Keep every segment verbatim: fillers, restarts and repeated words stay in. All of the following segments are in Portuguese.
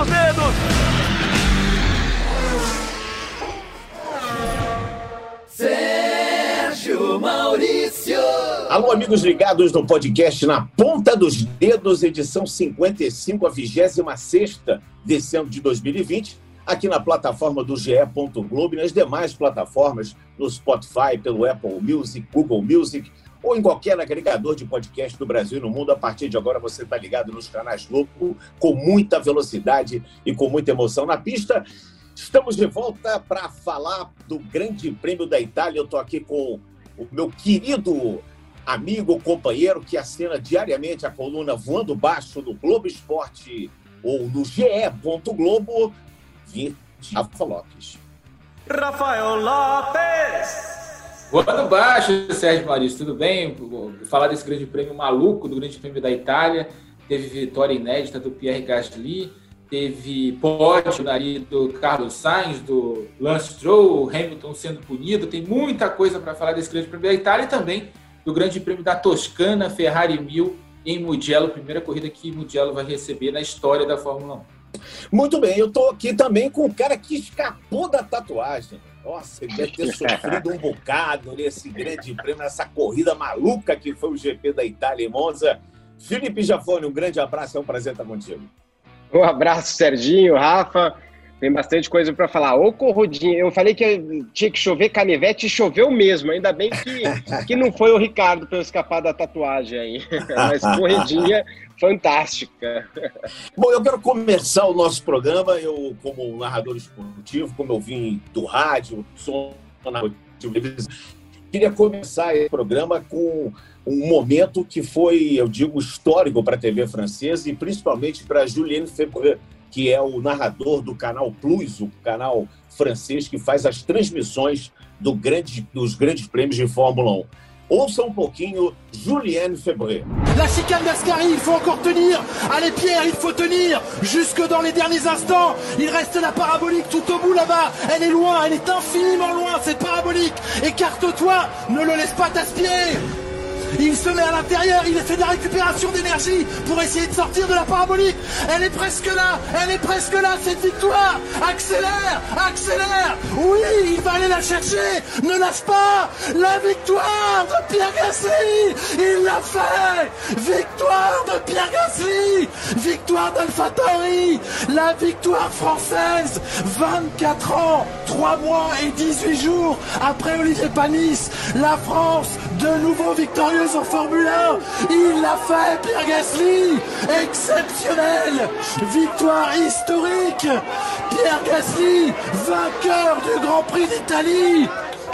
dos dedos. Sérgio Maurício. Alô, amigos ligados no podcast Na Ponta dos Dedos, edição cinquenta e cinco, a vigésima sexta de dezembro de dois mil e vinte, aqui na plataforma do G E. Globo e nas demais plataformas, no Spotify, pelo Apple Music, Google Music, ou em qualquer agregador de podcast do Brasil e no mundo. A partir de agora você está ligado nos canais Globo com muita velocidade e com muita emoção na pista. Estamos de volta para falar do Grande Prêmio da Itália. Eu estou aqui com o meu querido amigo, companheiro, que assina diariamente a coluna Voando Baixo do Globo Esporte ou no G E. Globo, Rafa Lopes. Rafael Lopes. Voando Baixo, Sérgio Maurício, tudo bem? Vou falar desse grande prêmio maluco, do Grande Prêmio da Itália. Teve vitória inédita do Pierre Gasly, teve pódio ali do Carlos Sainz, do Lance Stroll, Hamilton sendo punido. Tem muita coisa para falar desse Grande Prêmio da Itália e também do Grande Prêmio da Toscana, Ferrari mil em Mugello, primeira corrida que Mugello vai receber na história da Fórmula um. Muito bem, eu estou aqui também com o cara que escapou da tatuagem. Nossa, ele deve ter sofrido um bocado nesse grande prêmio, nessa corrida maluca que foi o G P da Itália em Monza. Felipe Jafone, um grande abraço, é um prazer estar contigo. Um abraço, Serginho, Rafa. Tem bastante coisa para falar. Ô, Corrudinha, eu falei que tinha que chover canivete e choveu mesmo. Ainda bem que, que não foi o Ricardo para eu escapar da tatuagem aí. Mas corridinha fantástica. Bom, eu quero começar o nosso programa. Eu, como narrador esportivo, como eu vim do rádio, sou narrador esportivo, queria começar esse programa com um momento que foi, eu digo, histórico para a T V francesa e principalmente para Julien Febvre, que é o narrador do Canal Plus, o canal francês que faz as transmissões do grande, dos grandes prêmios de Fórmula um. Ouça um pouquinho Julien Febvre. La chicane d'Ascari, il faut encore tenir. Allez Pierre, il faut tenir. Jusque dans les derniers instants. Il reste la parabolique tout au bout là-bas. Elle est loin, elle est infiniment loin, cette parabolique. Écarte-toi, ne le laisse pas t'aspirer. Il se met à l'intérieur, il fait de la récupération d'énergie pour essayer de sortir de la parabolique. Elle est presque là, elle est presque là, cette victoire. Accélère, accélère. Oui, il va aller la chercher. Ne lâche pas. La victoire de Pierre Gasly. Il l'a fait. Victoire de Pierre Gasly. Victoire d'AlphaTauri. La victoire française. vingt-quatre ans, trois mois et dix-huit jours après Olivier Panis. La France, de nouveau victorieuse en Formule un, il l'a fait, Pierre Gasly, exceptionnel, victoire historique, Pierre Gasly, vainqueur du Grand Prix d'Italie.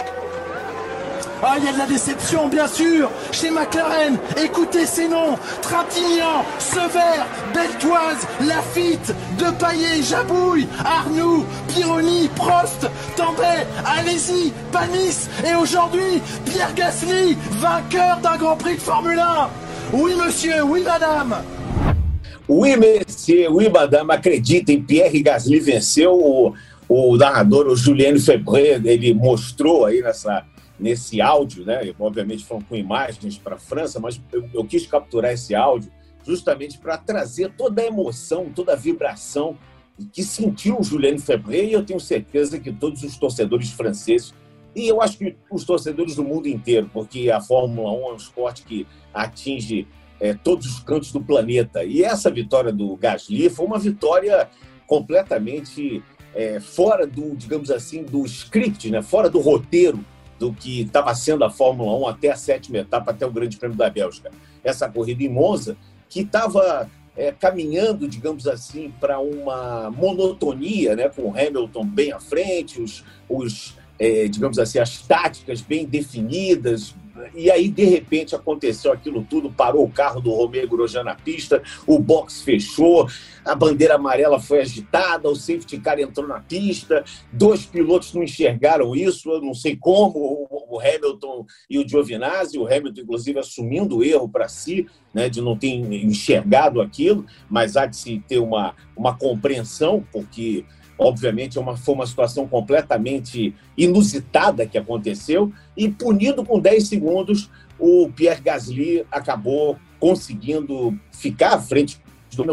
Ah, il y a de la déception, bien sûr, chez McLaren. Écoutez ces noms: Trintignant, Sever, Beltoise, Lafitte, Depailler, Jabouille, Arnoux, Pironi, Prost, Tambay, Alesi, Panis et aujourd'hui, Pierre Gasly, vainqueur d'un Grand Prix de Formule un. Oui, monsieur, oui, madame. Oui, monsieur, oui, madame. Acreditem, Pierre Gasly venceu. O, o narrador, o Julien Febvre, ele mostrou aí nessa... nesse áudio, né? Obviamente falando com imagens para a França, mas eu, eu quis capturar esse áudio justamente para trazer toda a emoção, toda a vibração que sentiu o Julien Febvre, e eu tenho certeza que todos os torcedores franceses, e eu acho que os torcedores do mundo inteiro, porque a Fórmula um é um esporte que atinge é, todos os cantos do planeta, e essa vitória do Gasly foi uma vitória completamente é, fora do, digamos assim, do script, né? Fora do roteiro do que estava sendo a Fórmula um até a sétima etapa, até o Grande Prêmio da Bélgica. Essa corrida em Monza, que estava é, caminhando, digamos assim, para uma monotonia, né, com o Hamilton bem à frente, os, os é, digamos assim, as táticas bem definidas, e aí, de repente, aconteceu aquilo tudo, parou o carro do Romain Grosjean na pista, o box fechou, a bandeira amarela foi agitada, o safety car entrou na pista, dois pilotos não enxergaram isso, eu não sei como, o Hamilton e o Giovinazzi, o Hamilton, inclusive, assumindo o erro para si, né, de não ter enxergado aquilo, mas há de se ter uma, uma compreensão, porque... Obviamente, é uma, foi uma situação completamente inusitada que aconteceu e, punido com dez segundos, o Pierre Gasly acabou conseguindo ficar à frente do Hamilton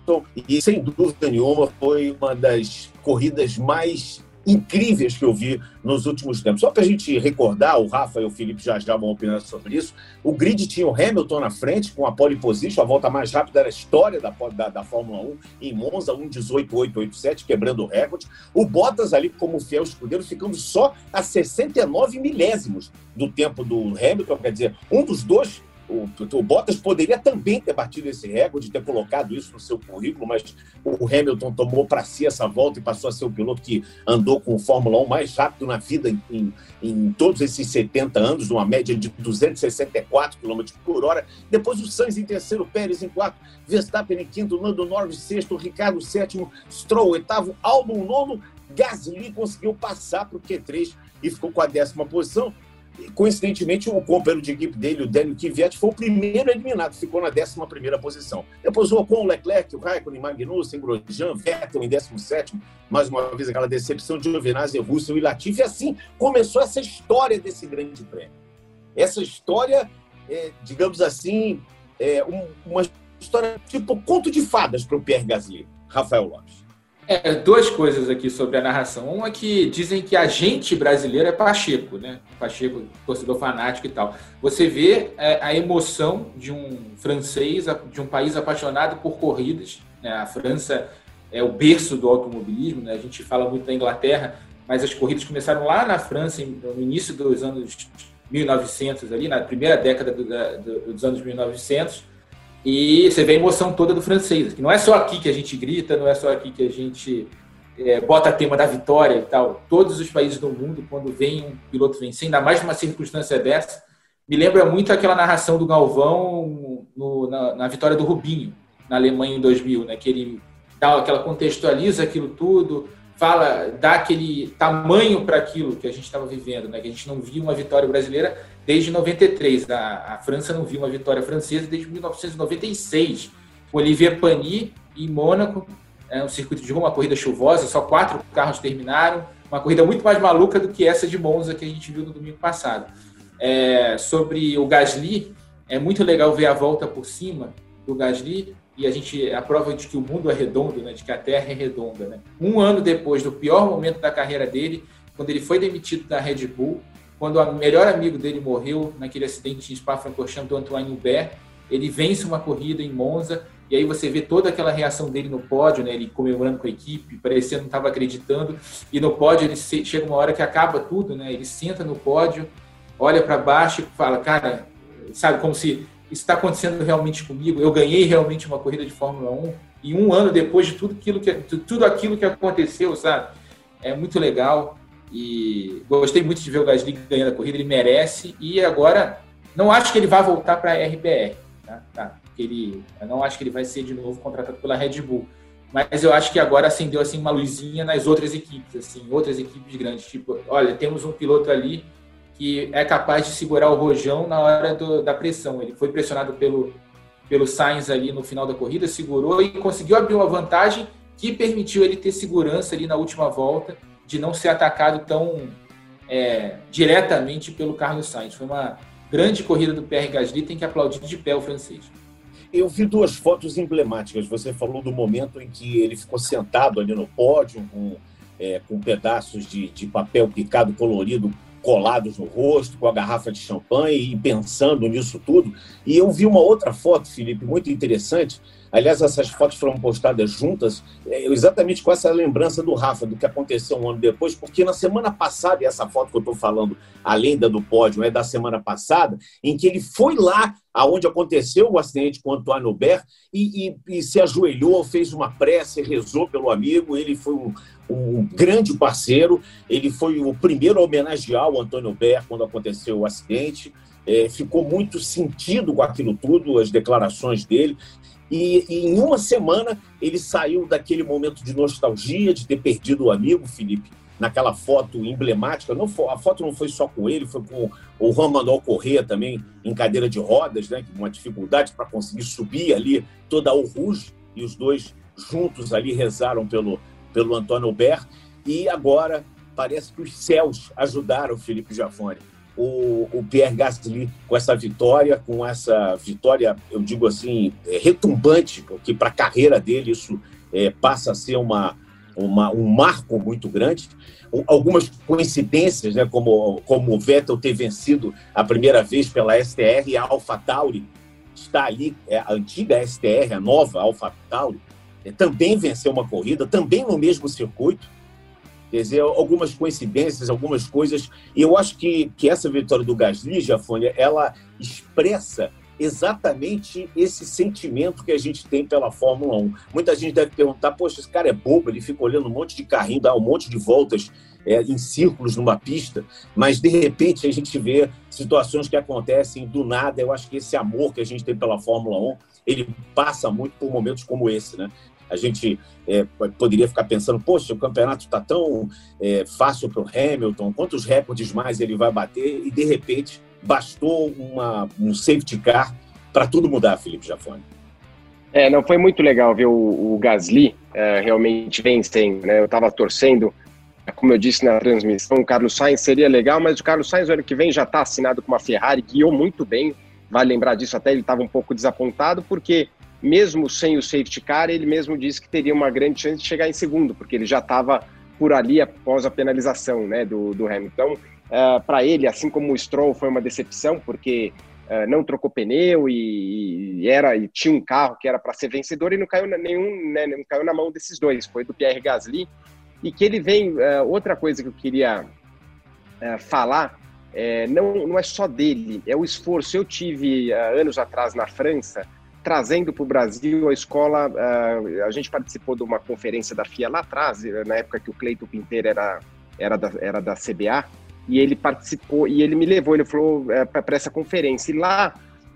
Hamilton, e sem dúvida nenhuma foi uma das corridas mais incríveis que eu vi nos últimos tempos. Só para a gente recordar, o Rafa e o Felipe já já vão opinar sobre isso, o grid tinha o Hamilton na frente com a pole position, a volta mais rápida da história da, da, da Fórmula um, em Monza, um dezoito oito oito sete, quebrando o recorde. O Bottas ali como fiel escudeiro, ficando só a sessenta e nove milésimos do tempo do Hamilton, quer dizer, um dos dois. O, o Bottas poderia também ter batido esse recorde, ter colocado isso no seu currículo, mas o Hamilton tomou para si essa volta e passou a ser o piloto que andou com o Fórmula um mais rápido na vida em, em, em todos esses setenta anos, numa média de duzentos e sessenta e quatro quilômetros por hora. Depois o Sainz em terceiro, Pérez em quarto, Verstappen em quinto, Lando Norris sexto, Ricardo sétimo, Stroll oitavo, Albon nono, Gasly conseguiu passar para o Q três e ficou com a décima posição. Coincidentemente, o companheiro de equipe dele, o Daniel Kvyat, foi o primeiro eliminado, ficou na décima primeira posição. Depois o Ocon, o Leclerc, o Raikkonen, Magnussen, Grosjean, Vettel em décimo sétimo, mais uma vez aquela decepção de Giovinazzi, Russell e Latifi. E assim começou essa história desse grande prêmio. Essa história, é, digamos assim, é um, uma história tipo conto de fadas para o Pierre Gasly. Rafael Lopes. É, duas coisas aqui sobre a narração. Uma é que dizem que a gente brasileiro é Pacheco, né? Pacheco, torcedor fanático e tal. Você vê é, a emoção de um francês, de um país apaixonado por corridas, né? A França é o berço do automobilismo, né? A gente fala muito da Inglaterra, mas as corridas começaram lá na França, no início dos anos mil e novecentos, ali, na primeira década do, da, dos anos mil e novecentos. E você vê a emoção toda do francês, que não é só aqui que a gente grita, não é só aqui que a gente é, bota a tema da vitória e tal. Todos os países do mundo, quando vem um piloto vencer, ainda mais numa circunstância dessa, me lembra muito aquela narração do Galvão no, na, na vitória do Rubinho, na Alemanha em dois mil, né? Que ele dá aquela, contextualiza aquilo tudo, fala, dá aquele tamanho para aquilo que a gente estava vivendo, né? Que a gente não via uma vitória brasileira desde noventa e três. A, a França não viu uma vitória francesa desde mil novecentos e noventa e seis. Olivier Panis, em Mônaco, é um circuito de uma corrida chuvosa, só quatro carros terminaram, uma corrida muito mais maluca do que essa de Monza que a gente viu no domingo passado. É, sobre o Gasly, é muito legal ver a volta por cima do Gasly, e a gente a prova de que o mundo é redondo, né, de que a Terra é redonda, né? Um ano depois do pior momento da carreira dele, quando ele foi demitido da Red Bull, quando o melhor amigo dele morreu naquele acidente em Spa-Francorchamps do Antoine Hubert, ele vence uma corrida em Monza, e aí você vê toda aquela reação dele no pódio, né, ele comemorando com a equipe, parecendo que não estava acreditando, e no pódio ele chega uma hora que acaba tudo, né, ele senta no pódio, olha para baixo e fala, cara, sabe, como se isso está acontecendo realmente comigo, eu ganhei realmente uma corrida de Fórmula um, e um ano depois de tudo aquilo que, tudo aquilo que aconteceu, sabe, é muito legal. E gostei muito de ver o Gasly ganhando a corrida, ele merece, e agora não acho que ele vai voltar para a R B R, tá? Tá, porque ele, eu não acho que ele vai ser de novo contratado pela Red Bull, mas eu acho que agora acendeu assim, uma luzinha nas outras equipes, assim, outras equipes grandes, tipo, olha, temos um piloto ali que é capaz de segurar o rojão na hora do, da pressão. Ele foi pressionado pelo, pelo Sainz ali no final da corrida, segurou e conseguiu abrir uma vantagem que permitiu ele ter segurança ali na última volta, de não ser atacado tão é, diretamente pelo Carlos Sainz. Foi uma grande corrida do Pierre Gasly, tem que aplaudir de pé o francês. Eu vi duas fotos emblemáticas. Você falou do momento em que ele ficou sentado ali no pódio, com, é, com pedaços de, de papel picado colorido colados no rosto, com a garrafa de champanhe e pensando nisso tudo. E eu vi uma outra foto, Felipe, muito interessante. Aliás, essas fotos foram postadas juntas, exatamente com essa lembrança do Rafa, do que aconteceu um ano depois, porque na semana passada, e essa foto que eu estou falando, além da do pódio, é da semana passada, em que ele foi lá aonde aconteceu o acidente com o Antoine Hubert e, e, e se ajoelhou, fez uma prece, rezou pelo amigo. Ele foi um, um grande parceiro, ele foi o primeiro a homenagear o Antoine Hubert quando aconteceu o acidente, é, ficou muito sentido com aquilo tudo, as declarações dele. E, e em uma semana ele saiu daquele momento de nostalgia, de ter perdido o amigo, Felipe, naquela foto emblemática. Não foi, a foto não foi só com ele, foi com o Juan Manuel Correa também, em cadeira de rodas, né, uma dificuldade para conseguir subir ali toda a Eau Rouge, e os dois juntos ali rezaram pelo, pelo Antoine Hubert. E agora parece que os céus ajudaram o Felipe Jafone. o, o Pierre Gasly com essa vitória, com essa vitória, eu digo assim, é, retumbante, porque para a carreira dele isso é, passa a ser uma, uma, um marco muito grande. Algumas coincidências, né, como, como o Vettel ter vencido a primeira vez pela S T R e a AlphaTauri está ali, é, a antiga S T R, a nova AlphaTauri, é, também venceu uma corrida, também no mesmo circuito. Quer dizer, algumas coincidências, algumas coisas. E eu acho que, que essa vitória do Gasly, Jafone, ela expressa exatamente esse sentimento que a gente tem pela Fórmula um. Muita gente deve perguntar, poxa, esse cara é bobo, ele fica olhando um monte de carrinho, dá um monte de voltas é, em círculos numa pista, mas de repente a gente vê situações que acontecem do nada. Eu acho que esse amor que a gente tem pela Fórmula um, ele passa muito por momentos como esse, né? A gente é, poderia ficar pensando, poxa, o campeonato está tão é, fácil para o Hamilton, quantos recordes mais ele vai bater? E, de repente, bastou uma, um safety car para tudo mudar, Felipe Jafone. É, não, foi muito legal ver o, o Gasly é, realmente vencendo, né? Eu estava torcendo, como eu disse na transmissão, o Carlos Sainz seria legal, mas o Carlos Sainz, o ano que vem, já está assinado com uma Ferrari, guiou muito bem, vale lembrar disso, até ele estava um pouco desapontado, porque mesmo sem o safety car, ele mesmo disse que teria uma grande chance de chegar em segundo, porque ele já estava por ali após a penalização, né, do, do Hamilton. Então, uh, para ele, assim como o Stroll foi uma decepção, porque uh, não trocou pneu e, e, era, e tinha um carro que era para ser vencedor e não caiu, na, nenhum, né, não caiu na mão desses dois, foi do Pierre Gasly. E que ele vem, uh, outra coisa que eu queria uh, falar, é, não, não é só dele, é o esforço. Eu tive, uh, anos atrás, na França, trazendo para o Brasil a escola, uh, a gente participou de uma conferência da F I A lá atrás, na época que o Cleiton Pinteiro era, era, da, era da C B A, e ele participou, e ele me levou, ele falou uh, para essa conferência, e lá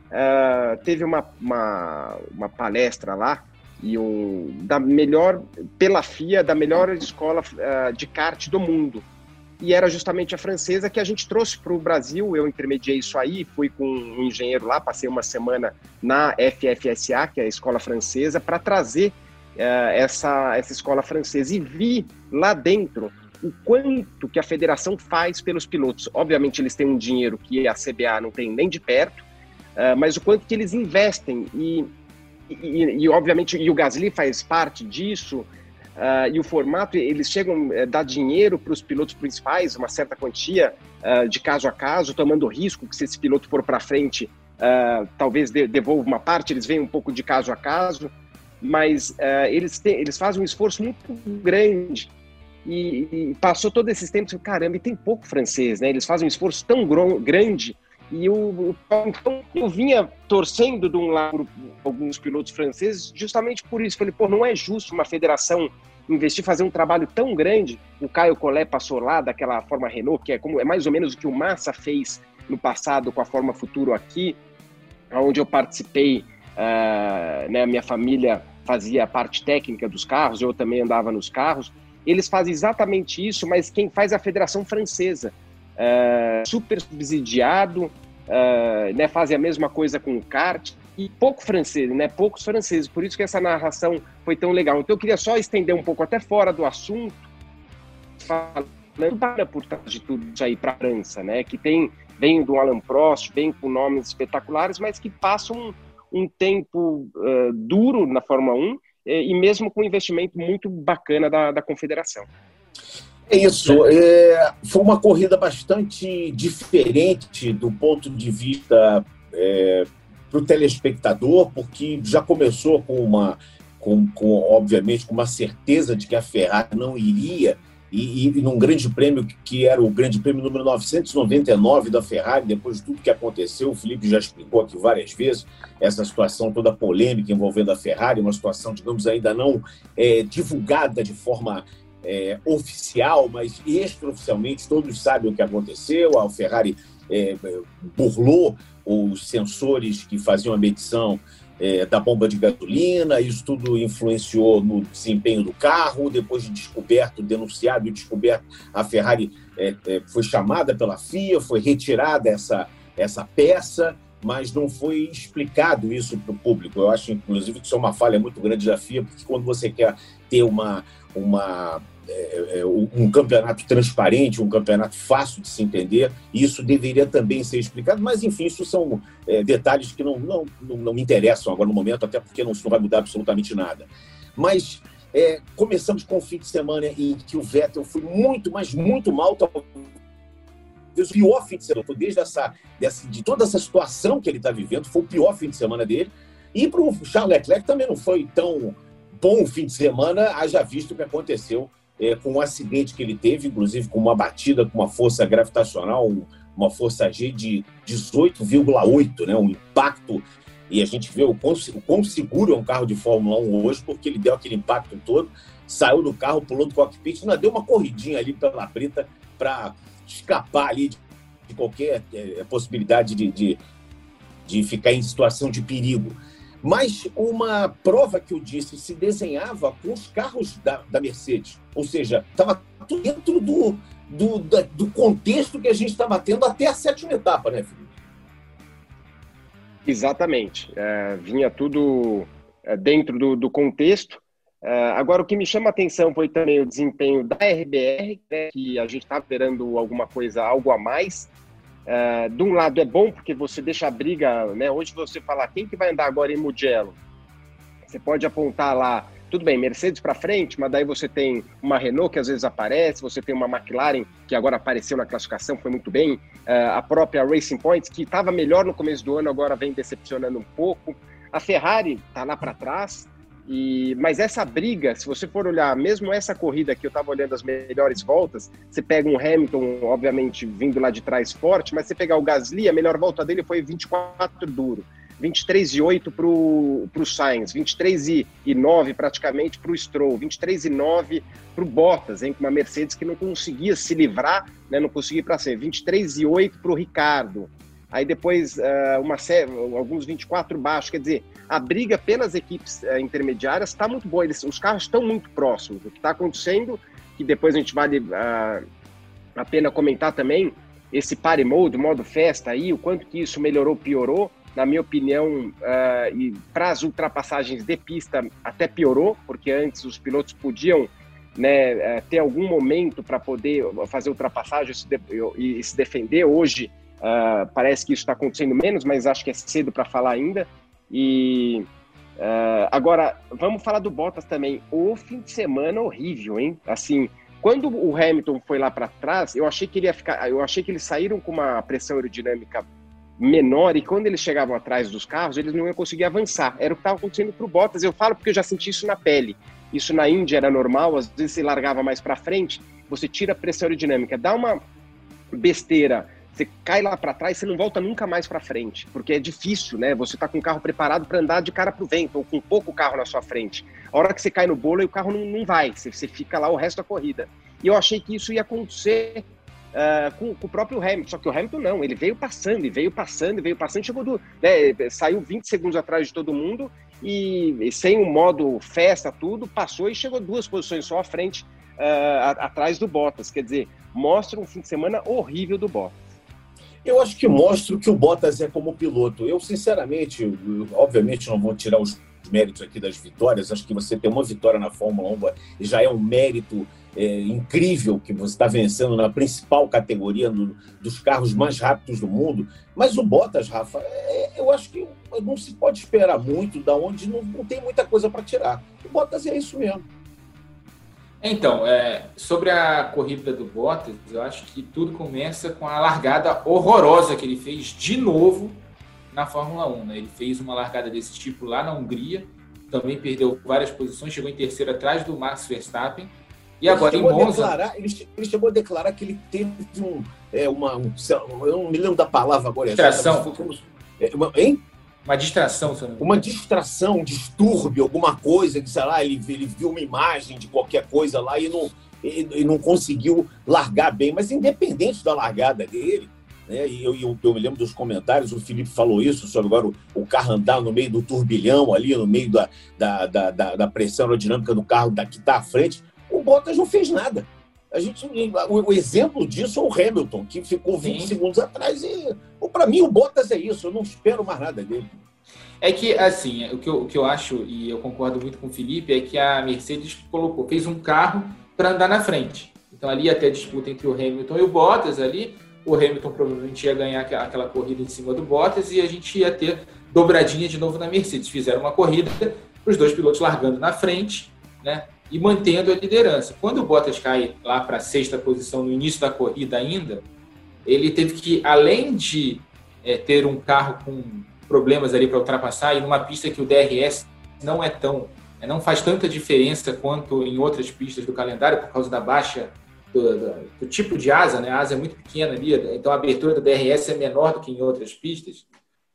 uh, teve uma, uma, uma palestra lá, e um, da melhor, pela F I A, da melhor escola uh, de kart do mundo. E era justamente a francesa que a gente trouxe para o Brasil. Eu intermediei isso aí, fui com um engenheiro lá, passei uma semana na F F S A, que é a escola francesa, para trazer uh, essa, essa escola francesa. E vi lá dentro o quanto que a federação faz pelos pilotos. Obviamente eles têm um dinheiro que a C B A não tem nem de perto, uh, mas o quanto que eles investem. E, e, e obviamente, e o Gasly faz parte disso. Uh, e o formato, eles chegam a uh, dar dinheiro para os pilotos principais, uma certa quantia, uh, de caso a caso, tomando risco que se esse piloto for para frente, uh, talvez de, devolva uma parte, eles veem um pouco de caso a caso, mas uh, eles, têm, eles fazem um esforço muito grande. E, e passou todo esse tempo, caramba, e tem pouco francês, né? Eles fazem um esforço tão gro- grande. E o, o, então eu vinha torcendo de um lado alguns pilotos franceses justamente por isso. Falei, pô, não é justo uma federação investir, fazer um trabalho tão grande. O Caio Collet passou lá daquela forma Renault, que é, como, é mais ou menos o que o Massa fez no passado com a forma Futuro aqui, onde eu participei, uh, né, a minha família fazia a parte técnica dos carros, eu também andava nos carros. Eles fazem exatamente isso, mas quem faz é a Federação Francesa. Uh, super subsidiado, uh, né, fazem a mesma coisa com o kart, e pouco francês, né, poucos franceses, por isso que essa narração foi tão legal. Então eu queria só estender um pouco até fora do assunto, falando para por trás de tudo isso aí para a França, né, que tem, vem do Alain Prost, vem com nomes espetaculares, mas que passam um, um tempo uh, duro na Fórmula um, eh, e mesmo com um investimento muito bacana da, da confederação. É isso, é, foi uma corrida bastante diferente do ponto de vista é, para o telespectador, porque já começou com uma, com, com, obviamente, com uma certeza de que a Ferrari não iria, e, e num grande prêmio que era o grande prêmio número novecentos e noventa e nove da Ferrari, depois de tudo que aconteceu, o Felipe já explicou aqui várias vezes, essa situação toda polêmica envolvendo a Ferrari, uma situação, digamos, ainda não é, divulgada de forma É, oficial, mas extraoficialmente todos sabem o que aconteceu. A Ferrari é, burlou os sensores que faziam a medição é, da bomba de gasolina, isso tudo influenciou no desempenho do carro. Depois de descoberto, denunciado e descoberto, a Ferrari é, é, foi chamada pela F I A, foi retirada essa, essa peça, mas não foi explicado isso para o público. Eu acho, inclusive, que isso é uma falha muito grande da F I A, porque quando você quer ter uma, uma é, é, um campeonato transparente, um campeonato fácil de se entender, e isso deveria também ser explicado, mas, enfim, isso são é, detalhes que não, não, não, não me interessam agora no momento, até porque não, isso não vai mudar absolutamente nada. Mas é, começamos com um fim de semana em que o Vettel foi muito, mas muito mal, talvez o pior fim de semana, desde essa, dessa, de toda essa situação que ele está vivendo, foi o pior fim de semana dele. E para o Charles Leclerc também não foi tão bom o fim de semana, haja visto o que aconteceu é, com o acidente que ele teve, inclusive com uma batida com uma força gravitacional, uma força G de dezoito vírgula oito, né? Um impacto. E a gente vê o quão, o quão seguro é um carro de Fórmula um hoje, porque ele deu aquele impacto todo, saiu do carro, pulou do cockpit, ainda deu uma corridinha ali pela brita para escapar ali de, de qualquer é, possibilidade de, de, de ficar em situação de perigo. Mas uma prova que eu disse se desenhava com os carros da, da Mercedes. Ou seja, estava tudo dentro do, do, da, do contexto que a gente estava tendo até a sétima etapa, né, Felipe? Exatamente. É, vinha tudo é, dentro do, do contexto. É, agora, o que me chama a atenção foi também o desempenho da R B R, né, que a gente está esperando alguma coisa, algo a mais. É, de um lado é bom, porque você deixa a briga, né? Hoje você fala, quem que vai andar agora em Mugello? Você pode apontar lá, tudo bem, Mercedes para frente, mas daí você tem uma Renault que às vezes aparece, você tem uma McLaren que agora apareceu na classificação, foi muito bem, é, a própria Racing Point, que estava melhor no começo do ano, agora vem decepcionando um pouco. A Ferrari está lá para trás. E, mas essa briga, se você for olhar, mesmo essa corrida que eu estava olhando as melhores voltas, você pega um Hamilton, obviamente, vindo lá de trás forte, mas você pegar o Gasly, a melhor volta dele foi vinte e quatro duro, vinte e três e oito para o Sainz, vinte e três e nove praticamente para o Stroll, vinte e três e nove para o Bottas, hein, com uma Mercedes que não conseguia se livrar, né, não conseguia ir para ser, vinte e três e oito para o Ricardo. Aí depois uh, uma série, alguns vinte e quatro baixo, quer dizer, a briga pelas equipes uh, intermediárias está muito boa, eles, os carros estão muito próximos. O que está acontecendo, que depois a gente vale uh, a pena comentar também, esse party mode, modo festa aí, o quanto que isso melhorou, piorou, na minha opinião, uh, e para as ultrapassagens de pista até piorou, porque antes os pilotos podiam, né, uh, ter algum momento para poder fazer ultrapassagem e se, de- e se defender. Hoje, Uh, parece que isso está acontecendo menos, mas acho que é cedo para falar ainda. E uh, agora, vamos falar do Bottas também. O fim de semana horrível, hein? Assim, quando o Hamilton foi lá para trás, eu achei que ele ia ficar, eu achei que eles saíram com uma pressão aerodinâmica menor, e quando eles chegavam atrás dos carros, eles não iam conseguir avançar. Era o que estava acontecendo para o Bottas. Eu falo porque eu já senti isso na pele. Isso na Índia era normal, às vezes você largava mais para frente, você tira a pressão aerodinâmica, dá uma besteira, você cai lá para trás, você não volta nunca mais para frente, porque é difícil, né? Você tá com o carro preparado para andar de cara pro vento, ou com pouco carro na sua frente. A hora que você cai no bolo, aí o carro não, não vai, você, você fica lá o resto da corrida. E eu achei que isso ia acontecer uh, com, com o próprio Hamilton, só que o Hamilton não, ele veio passando, e veio passando, e veio passando, chegou do, né, saiu vinte segundos atrás de todo mundo, e, e sem o modo festa, tudo, passou e chegou duas posições só à frente, uh, atrás do Bottas. Quer dizer, mostra um fim de semana horrível do Bottas. Eu acho que mostra o que o Bottas é como piloto. Eu, sinceramente, eu, obviamente não vou tirar os méritos aqui das vitórias. Acho que você ter uma vitória na Fórmula um já é um mérito é, incrível, que você está vencendo na principal categoria no, dos carros mais rápidos do mundo. Mas o Bottas, Rafa, é, eu acho que não se pode esperar muito, da onde não, não tem muita coisa para tirar. O Bottas é isso mesmo. Então, é, sobre a corrida do Bottas, eu acho que tudo começa com a largada horrorosa que ele fez de novo na Fórmula um. Né? Ele fez uma largada desse tipo lá na Hungria, também perdeu várias posições, chegou em terceiro atrás do Max Verstappen. E ele agora em Monza... Declarar, ele, ele chegou a declarar que ele teve um, é, uma... Um, eu não me lembro da palavra agora. Distração. Como, é, uma, hein? Uma distração, senhor. Uma distração, um distúrbio, alguma coisa, que, sei lá, ele, ele viu uma imagem de qualquer coisa lá e não, e, e não conseguiu largar bem. Mas independente da largada dele, né, e eu, eu, eu me lembro dos comentários, o Felipe falou isso, sobre agora o, o carro andar no meio do turbilhão ali, no meio da, da, da, da, da pressão aerodinâmica do carro da, que está à frente. O Bottas não fez nada. A gente, o, o exemplo disso é o Hamilton, que ficou vinte Sim. segundos atrás. E, para mim, o Bottas é isso. Eu não espero mais nada dele. É que, assim, o que, eu, o que eu acho, e eu concordo muito com o Felipe, é que a Mercedes colocou, fez um carro para andar na frente. Então ali ia ter a disputa entre o Hamilton e o Bottas ali, o Hamilton provavelmente ia ganhar aquela corrida em cima do Bottas e a gente ia ter dobradinha de novo na Mercedes. Fizeram uma corrida, os dois pilotos largando na frente, né, e mantendo a liderança. Quando o Bottas cai lá para a sexta posição no início da corrida ainda, ele teve que, além de é, ter um carro com problemas ali para ultrapassar, e numa pista que o D R S não é tão, não faz tanta diferença quanto em outras pistas do calendário, por causa da baixa do, do, do tipo de asa, né? A asa é muito pequena ali, então a abertura do D R S é menor do que em outras pistas.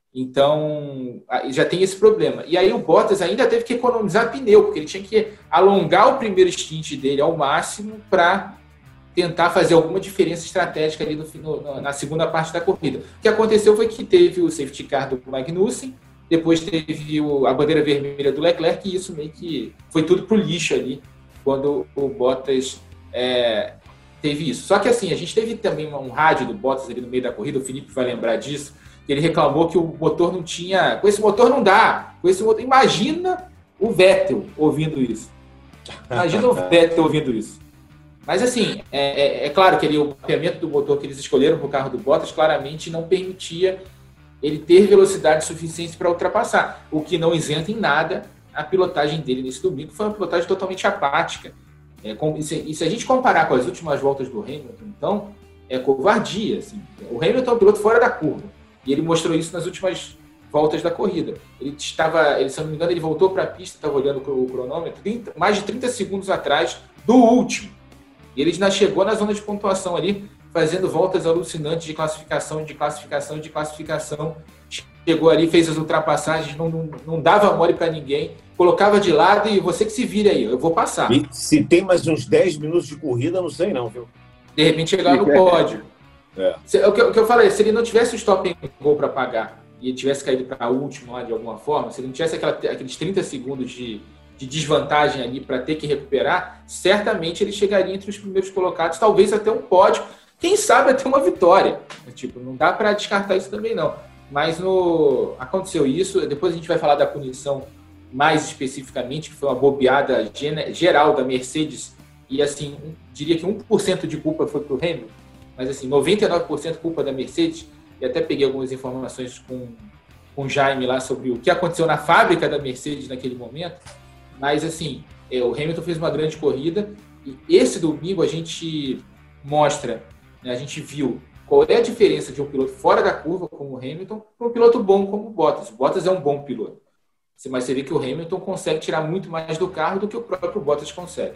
Então, já tem esse problema. E aí o Bottas ainda teve que economizar pneu, porque ele tinha que alongar o primeiro stint dele ao máximo para tentar fazer alguma diferença estratégica ali no, no, na segunda parte da corrida. O que aconteceu foi que teve o safety car do Magnussen, depois teve o, a bandeira vermelha do Leclerc, e isso meio que foi tudo pro lixo ali, quando o Bottas é, teve isso. Só que assim, a gente teve também um rádio do Bottas ali no meio da corrida, o Felipe vai lembrar disso, que ele reclamou que o motor não tinha... Com esse motor não dá, com esse motor... Imagina o Vettel ouvindo isso. Imagina o Vettel ouvindo isso. Mas assim, é, é, é claro que ele, o mapeamento do motor que eles escolheram para o carro do Bottas claramente não permitia ele ter velocidade suficiente para ultrapassar, o que não isenta em nada a pilotagem dele nesse domingo. Foi uma pilotagem totalmente apática. É, com, e, se, e se a gente comparar com as últimas voltas do Hamilton, então, é covardia. Assim. O Hamilton é um piloto fora da curva, e ele mostrou isso nas últimas voltas da corrida. Ele estava, ele, se eu não me engano, ele voltou para a pista, estava olhando o cronômetro, trinta, mais de trinta segundos atrás do último. E ele já chegou na zona de pontuação ali, fazendo voltas alucinantes de classificação, de classificação, de classificação. Chegou ali, fez as ultrapassagens, não, não, não dava mole para ninguém, colocava de lado e você que se vire aí, eu vou passar. E se tem mais uns dez minutos de corrida, não sei não, viu? De repente chegar no pódio. É. Se, o, que, o que eu falei, se ele não tivesse o stop and go para pagar e ele tivesse caído para a última lá de alguma forma, se ele não tivesse aquela, aqueles trinta segundos de... de desvantagem ali para ter que recuperar, certamente ele chegaria entre os primeiros colocados, talvez até um pódio, quem sabe até uma vitória. Tipo, não dá para descartar isso também não. Mas no... aconteceu isso, depois a gente vai falar da punição mais especificamente, que foi uma bobeada geral da Mercedes, e assim, um, diria que um por cento de culpa foi para o Hamilton, mas assim, noventa e nove por cento culpa da Mercedes, e até peguei algumas informações com, com o Jaime lá sobre o que aconteceu na fábrica da Mercedes naquele momento. Mas, assim, é, o Hamilton fez uma grande corrida e esse domingo a gente mostra, né, a gente viu qual é a diferença de um piloto fora da curva, como o Hamilton, para um piloto bom como o Bottas. O Bottas é um bom piloto. Mas você vê que o Hamilton consegue tirar muito mais do carro do que o próprio Bottas consegue.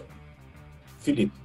Felipe.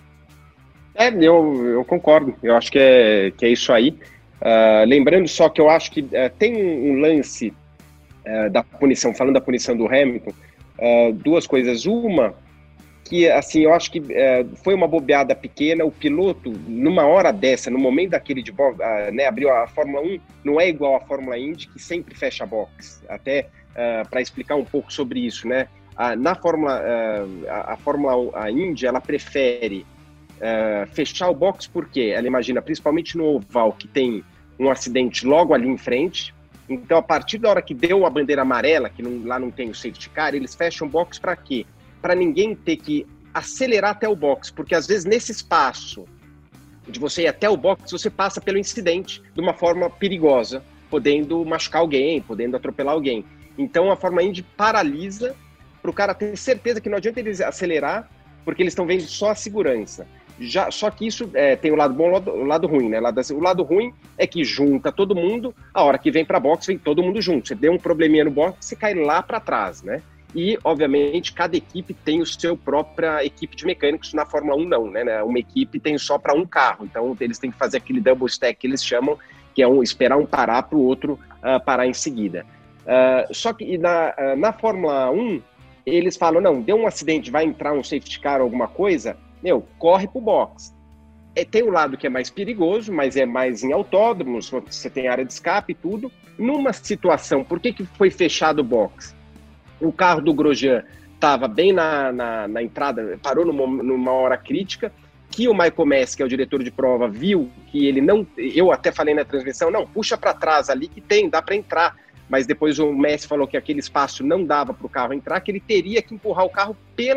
É, eu, eu concordo. Eu acho que é, que é isso aí. Uh, lembrando só que eu acho que uh, tem um, um lance uh, da punição, falando da punição do Hamilton, Uh, duas coisas. Uma, que assim, eu acho que uh, foi uma bobeada pequena. O piloto, numa hora dessa, no momento daquele de box, uh, né, abriu a Fórmula um, não é igual à Fórmula Indy, que sempre fecha box. Até uh, para explicar um pouco sobre isso, né? Uh, na Fórmula, uh, a, a Fórmula um, a Indy, ela prefere uh, fechar o box porque ela imagina, principalmente no oval, que tem um acidente logo ali em frente. Então, a partir da hora que deu a bandeira amarela, que não, lá não tem o safety car, eles fecham o box para quê? Para ninguém ter que acelerar até o box, porque às vezes nesse espaço de você ir até o box, você passa pelo incidente de uma forma perigosa, podendo machucar alguém, podendo atropelar alguém. Então, a Fórmula Indy paralisa para o cara ter certeza que não adianta eles acelerar, porque eles estão vendo só a segurança. Já, só que isso é, tem o lado bom e o lado, o lado ruim, né? O lado, o lado ruim é que junta todo mundo, a hora que vem para box, vem todo mundo junto. Você deu um probleminha no box, você cai lá para trás, né? E, obviamente, cada equipe tem o seu própria equipe de mecânicos. Na Fórmula um, não, né? Uma equipe tem só para um carro, então eles têm que fazer aquele double stack que eles chamam, que é um, esperar um parar para o outro uh, parar em seguida. Uh, só que na, uh, na Fórmula um, eles falam, não, deu um acidente, vai entrar um safety car ou alguma coisa, meu, corre pro box. É, tem um lado que é mais perigoso, mas é mais em autódromos, você tem área de escape e tudo. Numa situação, por que, que foi fechado o box? O carro do Grosjean estava bem na, na, na entrada, parou numa, numa hora crítica, que o Michael Masi, que é o diretor de prova, viu que ele não... Eu até falei na transmissão, não, puxa para trás ali que tem, dá para entrar. Mas depois o Masi falou que aquele espaço não dava para o carro entrar, que ele teria que empurrar o carro pela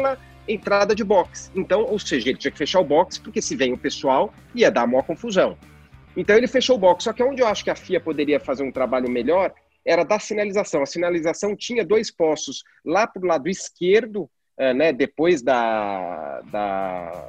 entrada de box. Então, ou seja, ele tinha que fechar o box, porque se vem o pessoal, ia dar maior confusão. Então ele fechou o box, só que onde eu acho que a F I A poderia fazer um trabalho melhor era da sinalização. A sinalização tinha dois postos lá para o lado esquerdo, uh, né, depois da, da,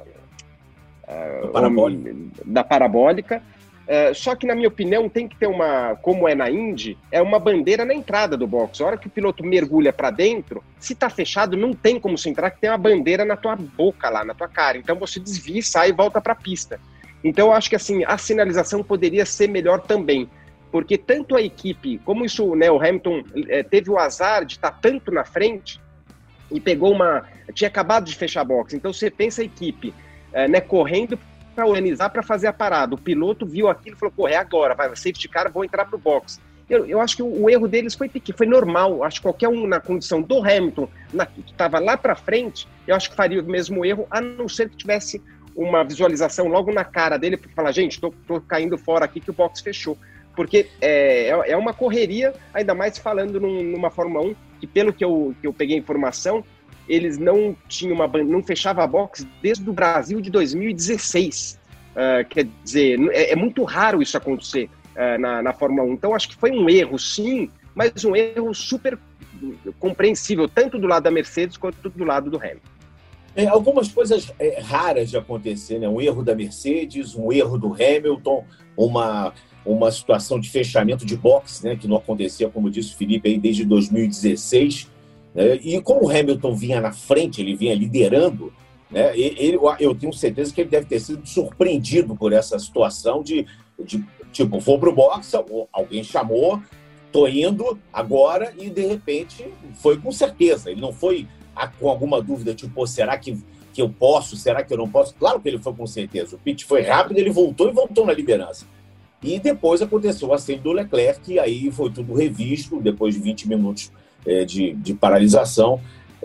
uh, parabólica. da parabólica. Uh, só que, na minha opinião, tem que ter uma, como é na Indy, é uma bandeira na entrada do box. A hora que o piloto mergulha para dentro, se está fechado, não tem como você entrar, que tem uma bandeira na tua boca lá, na tua cara. Então você desvia, sai e volta para a pista. Então eu acho que assim, a sinalização poderia ser melhor também. Porque tanto a equipe, como isso, né, o Hamilton é, teve o azar de estar tanto na frente e pegou uma... Tinha acabado de fechar a box. Então você pensa a equipe é, né, correndo para organizar, para fazer a parada. O piloto viu aquilo e falou, pô, é agora, vai, safety car, vou entrar pro box. Eu, eu acho que o, o erro deles foi pequeno, foi normal. Acho que qualquer um na condição do Hamilton, na, que estava lá para frente, eu acho que faria o mesmo erro, a não ser que tivesse uma visualização logo na cara dele, para falar, gente, tô, tô caindo fora aqui que o box fechou. Porque é, é uma correria, ainda mais falando num, numa Fórmula um, que pelo que eu, que eu peguei informação, eles não tinham uma não fechavam a box desde o Brasil de dois mil e dezesseis. Uh, quer dizer, é, é muito raro isso acontecer uh, na, na Fórmula um. Então, acho que foi um erro, sim, mas um erro super compreensível, tanto do lado da Mercedes quanto do lado do Hamilton. É, algumas coisas é, raras de acontecer, né? Um erro da Mercedes, um erro do Hamilton, uma, uma situação de fechamento de boxe, né? Que não acontecia, como disse o Felipe, aí, desde dois mil e dezesseis. Né? E como o Hamilton vinha na frente, ele vinha liderando, né? ele, eu tenho certeza que ele deve ter sido surpreendido por essa situação de, de tipo, vou pro boxe, alguém chamou, tô indo agora, e de repente foi com certeza. Ele não foi com alguma dúvida, tipo, será que, que eu posso, será que eu não posso? Claro que ele foi com certeza. O pit foi rápido, ele voltou e voltou na liderança. E depois aconteceu o acidente do Leclerc, e aí foi tudo revisto, depois de vinte minutos é, de, de paralisação.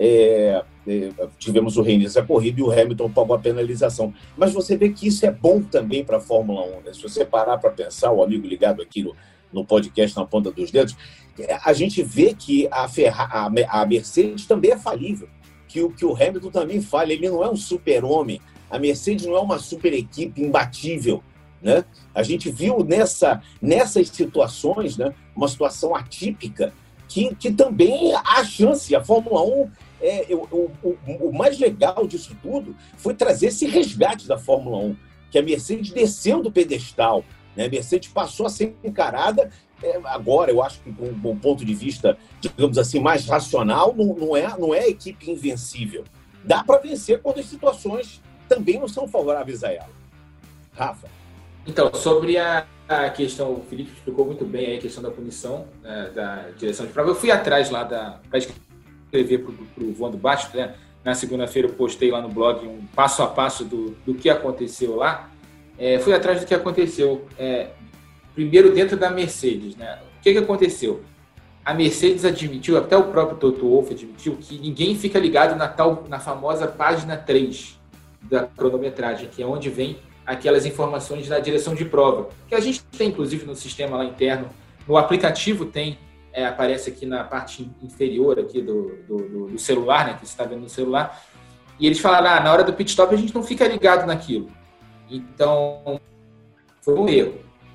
É, é, tivemos o reinício da corrida e o Hamilton pagou a penalização. Mas você vê que isso é bom também para a Fórmula um. Né? Se você parar para pensar, o amigo ligado aqui no, no podcast Na Ponta dos Dedos, a gente vê que a, Ferra, a, a Mercedes também é falível, que o, que o Hamilton também falha. Ele não é um super-homem, a Mercedes não é uma super equipe imbatível. Né? A gente viu nessa, nessas situações, né, uma situação atípica que, que também há chance. A Fórmula um, é, o, o, o mais legal disso tudo foi trazer esse resgate da Fórmula um, que a Mercedes desceu do pedestal, né? A Mercedes passou a ser encarada, é, agora eu acho que com um ponto de vista, digamos assim, mais racional, não, não, é, não é a equipe invencível. Dá para vencer quando as situações também não são favoráveis a ela. Rafa? Então, sobre a, a questão, o Felipe explicou muito bem aí a questão da punição, né, da direção de prova. Eu fui atrás lá para escrever para o Voando Baixo, né? Na segunda-feira eu postei lá no blog um passo a passo do, do que aconteceu lá. É, fui atrás do que aconteceu. É, primeiro, dentro da Mercedes, né? O que, que aconteceu? A Mercedes admitiu, até o próprio Toto Wolff admitiu, que ninguém fica ligado na, tal, na famosa página três da cronometragem, que é onde vem aquelas informações da direção de prova, que a gente tem, inclusive, no sistema lá interno. No aplicativo tem, é, aparece aqui na parte inferior aqui do, do, do celular, né, que você está vendo no celular, e eles falaram, ah, na hora do pit stop a gente não fica ligado naquilo. Então, foi um erro.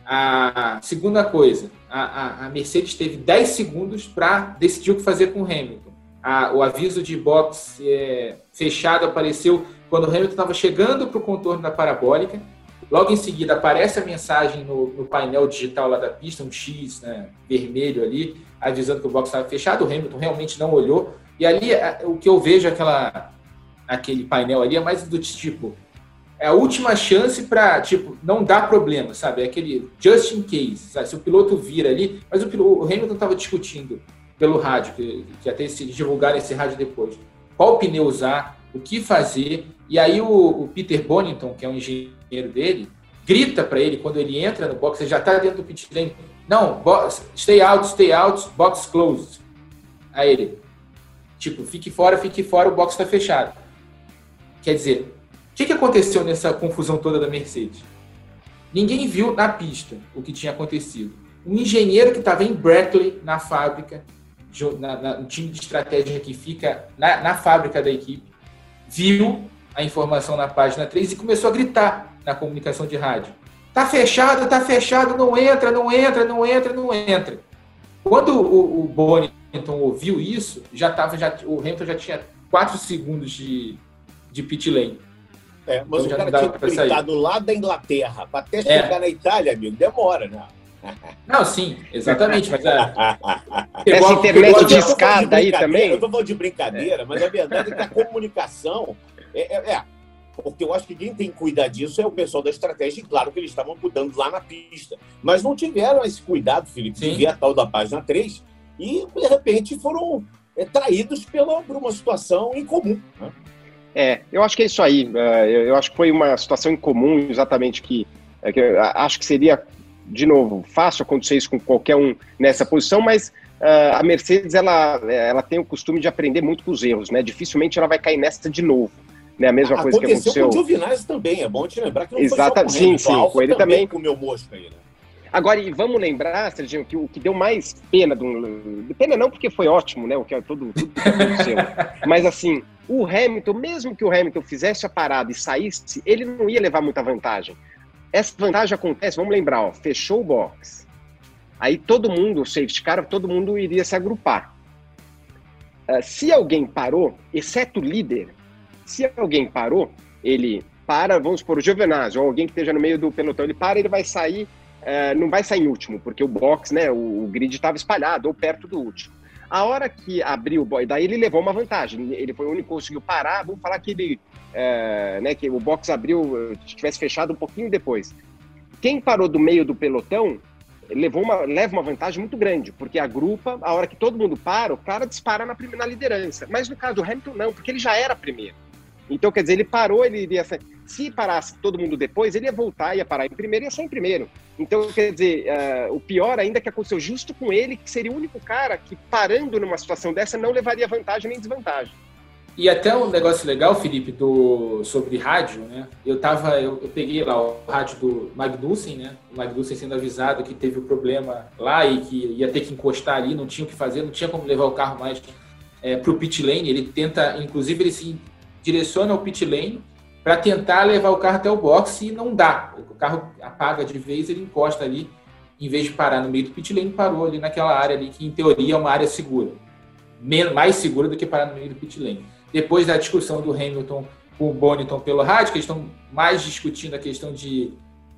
A segunda coisa, a, a, a Mercedes teve dez segundos para decidir o que fazer com o Hamilton. A, o aviso de box é, fechado apareceu quando o Hamilton estava chegando para o contorno da parabólica. Logo em seguida aparece a mensagem no, no painel digital lá da pista, um X, né, vermelho ali, avisando que o box estava fechado. O Hamilton realmente não olhou. E ali, a, o que eu vejo, aquela, aquele painel ali, é mais do tipo... É a última chance para, tipo, não dar problema, sabe? É aquele just in case, sabe? Se o piloto vira ali... Mas o, piloto, o Hamilton estava discutindo pelo rádio, que, que até se divulgar esse rádio depois. Qual pneu usar, o que fazer... E aí o, o Peter Bonington, que é um engenheiro dele, grita para ele, quando ele entra no box, ele já está dentro do pit lane. Não, box, stay out, stay out, box closed. Aí ele, tipo, fique fora, fique fora, o box está fechado. Quer dizer... O que, que aconteceu nessa confusão toda da Mercedes? Ninguém viu na pista o que tinha acontecido. Um engenheiro que estava em Brackley, na fábrica, na, na, no time de estratégia que fica na, na fábrica da equipe, viu a informação na página três e começou a gritar na comunicação de rádio. Tá fechado, tá fechado, não entra, não entra, não entra, não entra. Quando o, o Bonington ouviu isso, já tava, já, o Hamilton já tinha quatro segundos de, de pit lane. É, mas então o cara tinha gritado lá da Inglaterra, para até chegar é. na Itália, amigo, demora, né? Não, sim, exatamente. Mas é... Essa internet de escada aí também. Eu tô falando de brincadeira, é. mas a verdade é que a comunicação é, é, é. Porque eu acho que quem tem que cuidar disso é o pessoal da estratégia, e claro que eles estavam cuidando lá na pista. Mas não tiveram esse cuidado, Felipe, de ver a tal da página três e, de repente, foram é, traídos pela, por uma situação incomum. Né? É, eu acho que é isso aí. Eu acho que foi uma situação incomum, exatamente, que, que eu acho que seria, de novo, fácil acontecer isso com qualquer um nessa posição, mas uh, a Mercedes, ela, ela tem o costume de aprender muito com os erros, né? Dificilmente ela vai cair nessa de novo. Né, a mesma coisa que aconteceu com o Giovinazzi também, é bom te lembrar que não Exata, foi só com ele, sim, sim, com ele também. Com o meu mosca aí, né? Agora, e vamos lembrar, Serginho, que o que deu mais pena, do, pena não porque foi ótimo, né, o que é tudo, tudo que aconteceu, mas assim, o Hamilton, mesmo que o Hamilton fizesse a parada e saísse, ele não ia levar muita vantagem. Essa vantagem acontece, vamos lembrar, ó, fechou o box, aí todo mundo, o safety car, todo mundo iria se agrupar. Uh, se alguém parou, exceto o líder, se alguém parou, ele para, vamos supor, o Giovinazzi, ou alguém que esteja no meio do pelotão, ele para, ele vai sair, uh, não vai sair em último, porque o box, né, o, o grid estava espalhado, ou perto do último. A hora que abriu o box, daí ele levou uma vantagem, ele foi o único que conseguiu parar, vamos falar que ele, uh, né, que o box abriu, tivesse fechado um pouquinho depois. Quem parou do meio do pelotão, levou uma, leva uma vantagem muito grande, porque a grupa, a hora que todo mundo para, o cara dispara na, na liderança. Mas no caso do Hamilton, não, porque ele já era primeiro. Então, quer dizer, ele parou, ele iria... Se parasse todo mundo depois, ele ia voltar, ia parar em primeiro e ia sair em primeiro. Então, quer dizer, uh, o pior ainda que aconteceu justo com ele, que seria o único cara que, parando numa situação dessa, não levaria vantagem nem desvantagem. E até um negócio legal, Felipe, do, sobre rádio, né? Eu tava, eu, eu peguei lá o rádio do Magnussen, né? O Magnussen sendo avisado que teve o um problema lá e que ia ter que encostar ali, não tinha o que fazer, não tinha como levar o carro mais é, para o pit lane. Ele tenta, inclusive, ele se direciona ao pit lane para tentar levar o carro até o box e não dá. O carro apaga de vez, ele encosta ali, em vez de parar no meio do pit lane, parou ali naquela área ali, que em teoria é uma área segura. Mais segura do que parar no meio do pit lane. Depois da discussão do Hamilton com o Bonington pelo rádio, que eles estão mais discutindo a questão de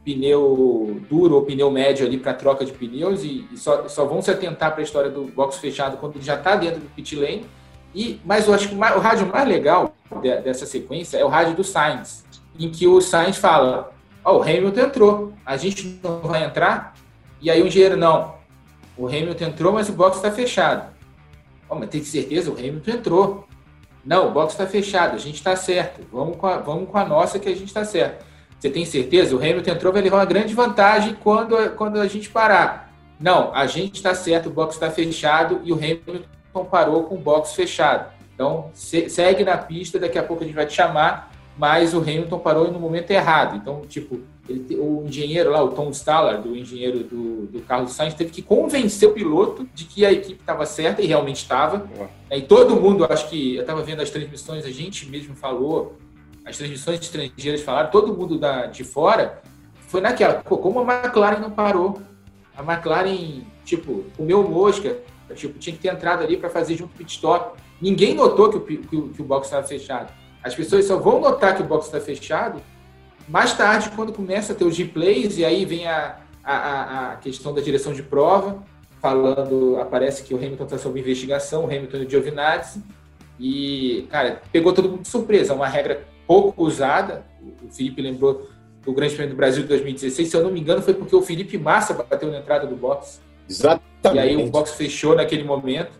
pneu duro ou pneu médio ali para troca de pneus e, e só, só vão se atentar para a história do box fechado quando ele já está dentro do pit lane. E, mas eu acho que o, mais, o rádio mais legal de, dessa sequência é o rádio do Sainz, em que o Sainz fala, ó, oh, o Hamilton entrou, a gente não vai entrar? E aí o engenheiro, não, o Hamilton entrou, mas o box está fechado. Oh, mas tem certeza, o Hamilton entrou. Não, o box está fechado, a gente está certo. Vamos com, a, vamos com a nossa que a gente está certo. Você tem certeza? O Hamilton entrou, vai levar uma grande vantagem quando, quando a gente parar. Não, a gente está certo, o box está fechado e o Hamilton parou com o box fechado. Então, se, segue na pista, daqui a pouco a gente vai te chamar, mas o Hamilton parou no momento errado. Então, tipo, ele, o engenheiro lá, o Tom Stallard, o engenheiro do, do Carlos Sainz, teve que convencer o piloto de que a equipe estava certa, e realmente estava. E todo mundo, acho que, eu estava vendo as transmissões, a gente mesmo falou, as transmissões estrangeiras falaram, todo mundo da, de fora, foi naquela, pô, como a McLaren não parou? A McLaren, tipo, comeu mosca, tipo, tinha que ter entrado ali para fazer junto com o pit stop. Ninguém notou que o, que o, que o box estava fechado. As pessoas só vão notar que o box está fechado mais tarde, quando começa a ter os replays, e aí vem a, a, a questão da direção de prova, falando, aparece que o Hamilton está sob investigação, o Hamilton e o Giovinazzi, e, cara, pegou todo mundo de surpresa. É uma regra pouco usada. O Felipe lembrou do Grande Prêmio do Brasil de dois mil e dezesseis, se eu não me engano, foi porque o Felipe Massa bateu na entrada do box. Exatamente. E aí o box fechou naquele momento.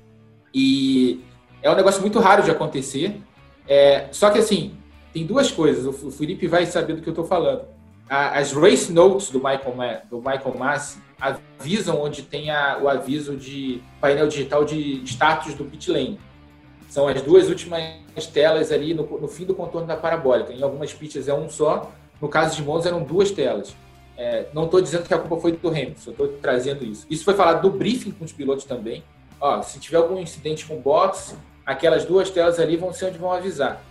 E é um negócio muito raro de acontecer. É, só que, assim, tem duas coisas. O Felipe vai saber do que eu estou falando. As race notes do Michael, do Michael Masi avisam onde tem a, o aviso de painel digital de status do pit lane. São as duas últimas telas ali no, no fim do contorno da parabólica. Em algumas pistas é um só. No caso de Monza, eram duas telas. É, não estou dizendo que a culpa foi do Hamilton, estou trazendo isso. Isso foi falado do briefing com os pilotos também. Ó, se tiver algum incidente com box, aquelas duas telas ali vão ser onde vão avisar.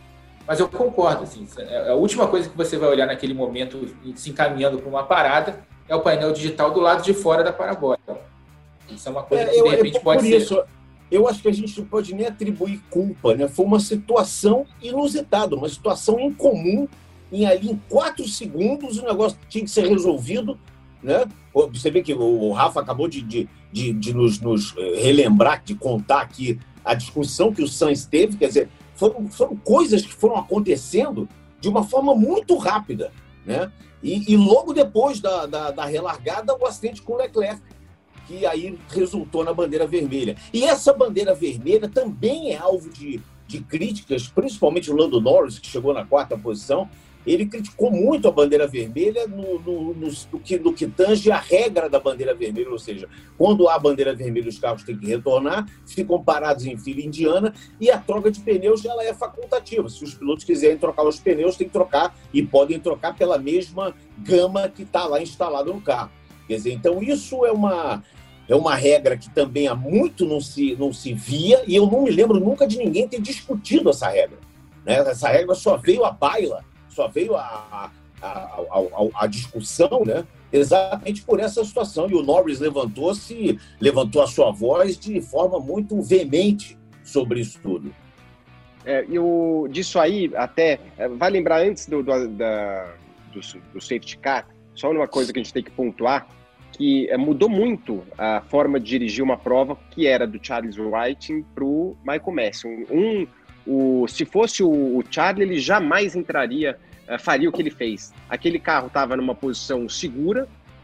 Mas eu concordo, assim, a última coisa que você vai olhar naquele momento, se encaminhando para uma parada, é o painel digital do lado de fora da parabólica. Isso é uma coisa é, que, de repente, eu, pode ser... Isso, eu acho que a gente não pode nem atribuir culpa, né? Foi uma situação inusitada, uma situação incomum, em ali em quatro segundos o negócio tinha que ser resolvido, né? Você vê que o Rafa acabou de, de, de, de nos, nos relembrar, de contar aqui a discussão que o Sainz teve, quer dizer, foram, foram coisas que foram acontecendo de uma forma muito rápida, né? E, e logo depois da, da, da relargada, o acidente com o Leclerc, que aí resultou na bandeira vermelha. E essa bandeira vermelha também é alvo de, de críticas, principalmente o Lando Norris, que chegou na quarta posição. Ele criticou muito a bandeira vermelha no, no, no, no, que, no que tange a regra da bandeira vermelha, ou seja, quando há bandeira vermelha os carros têm que retornar, ficam parados em fila indiana e a troca de pneus ela é facultativa. Se os pilotos quiserem trocar os pneus, têm que trocar e podem trocar pela mesma gama que está lá instalada no carro. Quer dizer, então isso é uma, é uma regra que também há muito não se, não se via e eu não me lembro nunca de ninguém ter discutido essa regra, né? Essa regra só veio à baila, só veio a, a, a, a, a discussão, né? Exatamente por essa situação. E o Norris levantou-se, levantou a sua voz de forma muito veemente sobre isso tudo. É, e o, disso aí, até, vai lembrar antes do, do, da, do, do safety car, só uma coisa que a gente tem que pontuar, que é, mudou muito a forma de dirigir uma prova, que era do Charles Whiting para o Michael Masi. Um, um, o, se fosse o, o Charlie, ele jamais entraria, faria o que ele fez. Aquele carro estava numa posição segura,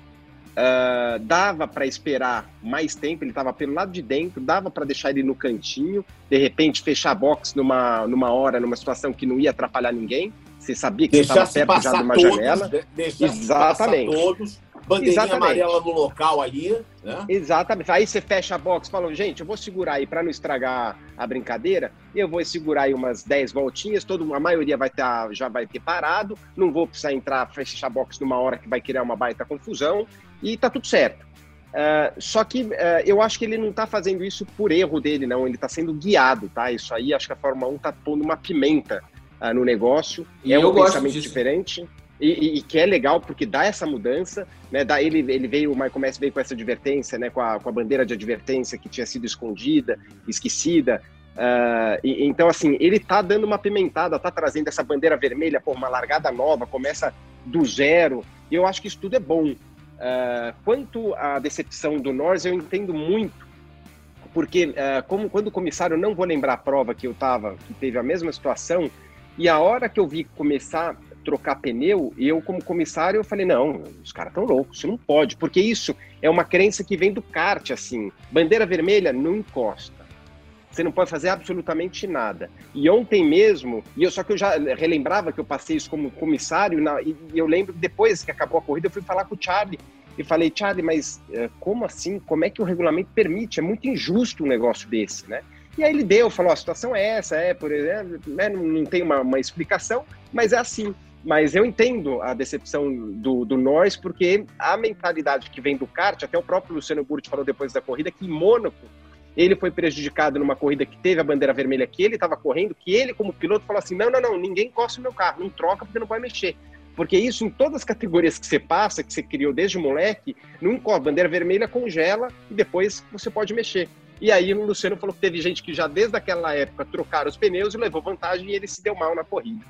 uh, dava para esperar mais tempo, ele estava pelo lado de dentro, dava para deixar ele no cantinho, de repente fechar a box numa, numa hora, numa situação que não ia atrapalhar ninguém, você sabia que deixar você estava perto já de uma todos, janela. Deixar Exatamente. Passar todos, bandeirinha Exatamente. amarela no local ali. Né? Exatamente. Aí você fecha a box, fala, gente, eu vou segurar aí para não estragar a brincadeira, eu vou segurar aí umas dez voltinhas, todo, a maioria vai tá, já vai ter parado, não vou precisar entrar, fechar a box numa hora que vai criar uma baita confusão, e tá tudo certo. Uh, só que uh, eu acho que ele não tá fazendo isso por erro dele, não, ele tá sendo guiado, tá? Isso aí, acho que a Fórmula um tá pondo uma pimenta uh, no negócio, e é um pensamento disso. diferente. E, e, e que é legal porque dá essa mudança, né? Dá, ele, ele veio, o Michael Masi veio com essa advertência, né? Com a, com a bandeira de advertência que tinha sido escondida, esquecida. Uh, e, então, assim, ele tá dando uma pimentada, tá trazendo essa bandeira vermelha, por uma largada nova, começa do zero. E eu acho que isso tudo é bom. Uh, quanto à decepção do Norris, eu entendo muito, porque uh, como, quando o comissário, não vou lembrar a prova que eu tava, que teve a mesma situação, e a hora que eu vi começar trocar pneu, eu como comissário eu falei, não, os caras estão loucos, isso não pode, porque isso é uma crença que vem do kart, assim, bandeira vermelha não encosta, você não pode fazer absolutamente nada. E ontem mesmo, e eu, só que eu já relembrava que eu passei isso como comissário, na, e, e eu lembro, depois que acabou a corrida, eu fui falar com o Charlie, e falei, Charlie, mas é, como assim? Como é que o regulamento permite? É muito injusto um negócio desse, né? E aí ele deu, falou, a situação é essa, é, por exemplo, né, não, não tem uma, uma explicação, mas é assim. Mas eu entendo a decepção do, do Norris, porque a mentalidade que vem do kart, até o próprio Luciano Burti falou depois da corrida, que em Mônaco ele foi prejudicado numa corrida que teve a bandeira vermelha que ele estava correndo, que ele como piloto falou assim, não, não, não, ninguém encosta no meu carro, não troca porque não pode mexer. Porque isso em todas as categorias que você passa, que você criou desde moleque, não encosta, bandeira vermelha congela e depois você pode mexer. E aí o Luciano falou que teve gente que já desde aquela época trocaram os pneus e levou vantagem e ele se deu mal na corrida.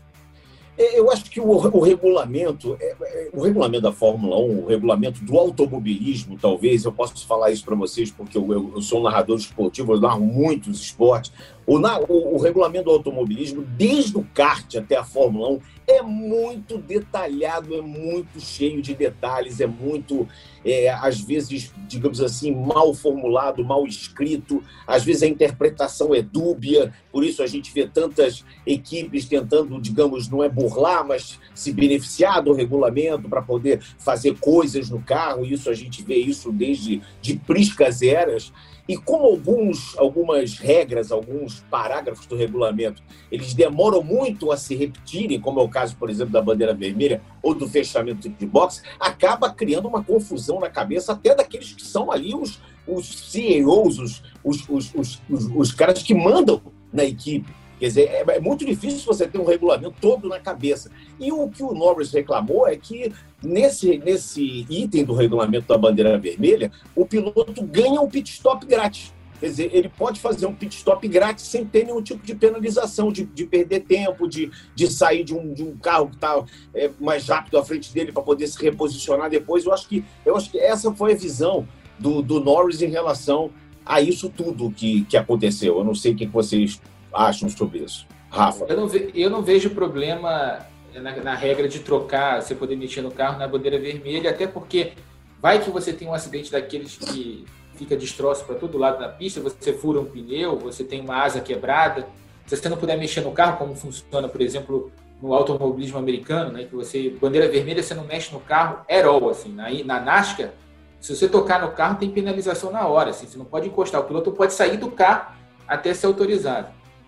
Eu acho que o, o regulamento, o regulamento da Fórmula um, o regulamento do automobilismo, talvez, eu posso falar isso para vocês, porque eu, eu, eu sou um narrador esportivo, eu narro muitos esportes. O, o, o regulamento do automobilismo, desde o kart até a Fórmula um, é muito detalhado, é muito cheio de detalhes, é muito, é, às vezes, digamos assim, mal formulado, mal escrito, às vezes a interpretação é dúbia, por isso a gente vê tantas equipes tentando, digamos, não é burlar, mas se beneficiar do regulamento para poder fazer coisas no carro, isso a gente vê isso desde de priscas eras. E como alguns, algumas regras, alguns parágrafos do regulamento, eles demoram muito a se repetirem, como é o caso, por exemplo, da bandeira vermelha ou do fechamento de boxe, acaba criando uma confusão na cabeça até daqueles que são ali os, os C E Os, os, os, os, os, os, os caras que mandam na equipe. Quer dizer, é, é muito difícil você ter um regulamento todo na cabeça. E o que o Norris reclamou é que nesse, nesse item do regulamento da bandeira vermelha, o piloto ganha um pit stop grátis. Quer dizer, ele pode fazer um pit stop grátis sem ter nenhum tipo de penalização, de, de perder tempo, de, de sair de um, de um carro que está é, mais rápido à frente dele para poder se reposicionar depois. Eu acho que, eu acho que essa foi a visão do, do Norris em relação a isso tudo que, que aconteceu. Eu não sei o que vocês acham sobre isso. Rafa? Eu não, ve, eu não vejo problema na, na regra de trocar, você poder mexer no carro na bandeira vermelha, até porque vai que você tem um acidente daqueles que fica destroço para todo lado da pista, você fura um pneu, você tem uma asa quebrada, se você não puder mexer no carro, como funciona, por exemplo, no automobilismo americano, né, que você, bandeira vermelha, você não mexe no carro at all, assim, na, na NASCAR, se você tocar no carro, tem penalização na hora, assim, você não pode encostar, o piloto pode sair do carro até ser autorizado.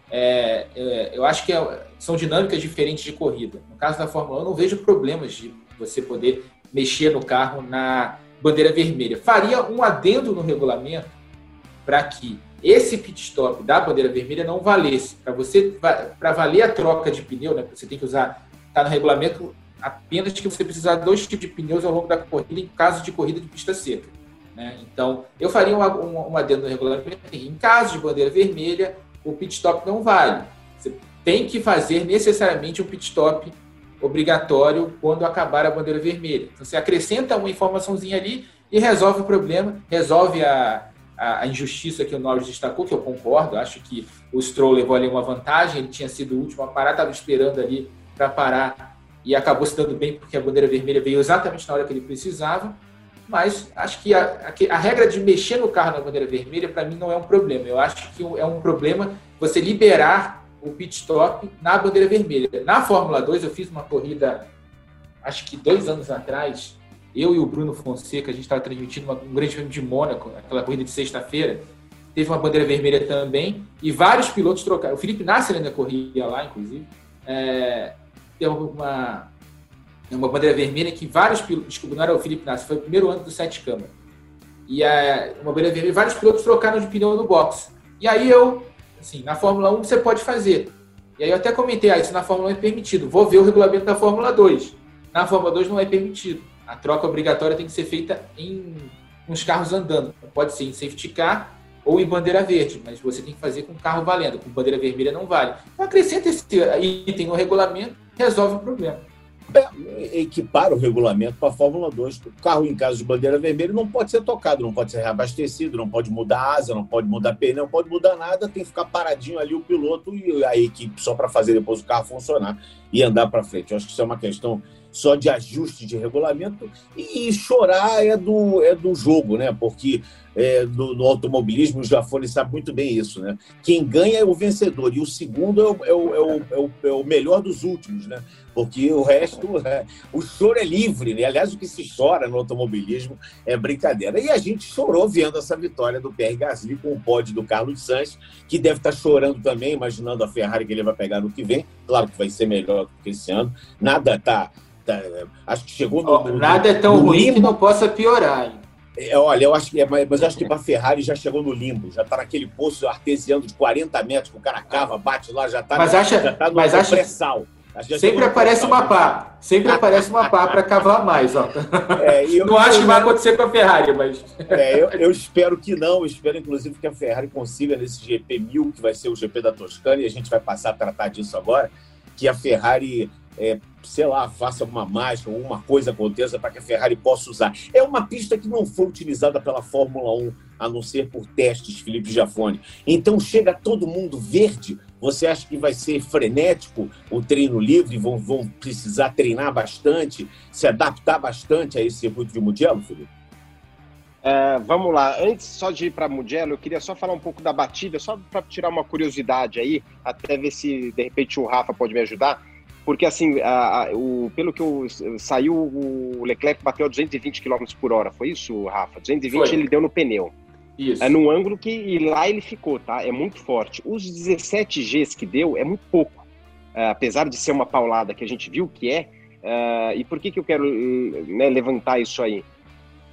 É, é, eu acho que é, são dinâmicas diferentes de corrida. No caso da Fórmula um, eu não vejo problemas de você poder mexer no carro na bandeira vermelha. Faria um adendo no regulamento para que esse pit stop da bandeira vermelha não valesse. Para você, para valer a troca de pneu, né, você tem que usar, está no regulamento apenas que você precisa de dois tipos de pneus ao longo da corrida, em caso de corrida de pista seca. Né? Então, eu faria um, um, um adendo no regulamento. Em caso de bandeira vermelha, o pit stop não vale. Você tem que fazer necessariamente um pit stop obrigatório quando acabar a bandeira vermelha. Então, você acrescenta uma informaçãozinha ali e resolve o problema, resolve a, a, a injustiça que o Norris destacou, que eu concordo. Acho que o Stroll levou ali uma vantagem, ele tinha sido o último a parar, estava esperando ali para parar e acabou se dando bem porque a bandeira vermelha veio exatamente na hora que ele precisava. Mas acho que a, a, a regra de mexer no carro na bandeira vermelha, para mim, não é um problema. Eu acho que é um problema você liberar o pit stop na bandeira vermelha. Na Fórmula dois, eu fiz uma corrida, acho que dois anos atrás, eu e o Bruno Fonseca, a gente estava transmitindo uma, um grande prêmio de Mônaco, aquela corrida de sexta-feira, teve uma bandeira vermelha também, e vários pilotos trocaram. O Felipe Nasser ainda corria lá, inclusive. É, teve uma... uma bandeira vermelha que vários pilotos, desculpa, não era o Felipe Nasser, foi o primeiro ano do Sete Câmara. E a, uma bandeira vermelha, vários pilotos trocaram de pneu no box. E aí eu, assim, na Fórmula um você pode fazer. E aí eu até comentei, ah, isso na Fórmula um é permitido. Vou ver o regulamento da Fórmula dois. Na Fórmula dois não é permitido. A troca obrigatória tem que ser feita em uns carros andando. Pode ser em safety car ou em bandeira verde, mas você tem que fazer com carro valendo. Com bandeira vermelha não vale. Então acrescenta esse item no regulamento, resolve o problema. É, equipar o regulamento para a Fórmula dois. O carro em caso de bandeira vermelha não pode ser tocado, não pode ser reabastecido, não pode mudar asa, não pode mudar pneu, não pode mudar nada, tem que ficar paradinho ali o piloto e a equipe só para fazer depois o carro funcionar e andar para frente. Eu acho que isso é uma questão só de ajuste de regulamento, e chorar é do, é do jogo, né? Porque é, no, no automobilismo o Jafone sabe muito bem isso, né? Quem ganha é o vencedor e o segundo é o, é o, é o, é o, é o melhor dos últimos, né? Porque o resto, é, o choro é livre, né? Aliás, o que se chora no automobilismo é brincadeira. E a gente chorou vendo essa vitória do Pierre Gasly com o pódio do Carlos Sainz, que deve estar chorando também, imaginando a Ferrari que ele vai pegar no que vem. Claro que vai ser melhor do que esse ano. Nada está... Tá, acho que chegou no, oh, no nada é tão ruim limbo. Que não possa piorar. É, olha, eu acho que é, mas eu acho que para a Ferrari já chegou no limbo, já está naquele poço artesiano de quarenta metros que o cara cava, bate lá, já está mas acha, já tá no mas acha, pré-sal. Sempre aparece uma pá, sempre aparece uma pá para cavar mais, ó. É, eu, não acho que vai acontecer com a Ferrari, mas é, eu, eu espero que não, eu espero inclusive que a Ferrari consiga nesse G P mil, que vai ser o G P da Toscana, e a gente vai passar a tratar disso agora, que a Ferrari É, sei lá, faça alguma mágica, alguma coisa aconteça para que a Ferrari possa usar. É uma pista que não foi utilizada pela Fórmula um, a não ser por testes, Felipe Jafone. Então chega todo mundo verde. Você acha que vai ser frenético o treino livre? Vão, vão precisar treinar bastante, se adaptar bastante a esse circuito de Mugello, Felipe? É, vamos lá, antes só de ir para Mugello, eu queria só falar um pouco da batida, só para tirar uma curiosidade aí, até ver se de repente o Rafa pode me ajudar. Porque, assim, a, a, o, pelo que eu, saiu, o Leclerc bateu a duzentos e vinte quilômetros por hora. Foi isso, Rafa? duzentos e vinte foi. Ele deu no pneu. Isso. É num ângulo que e lá ele ficou, tá? É muito forte. Os dezessete Gs que deu é muito pouco. É, apesar de ser uma paulada que a gente viu que é. é e por que, que eu quero né, levantar isso aí?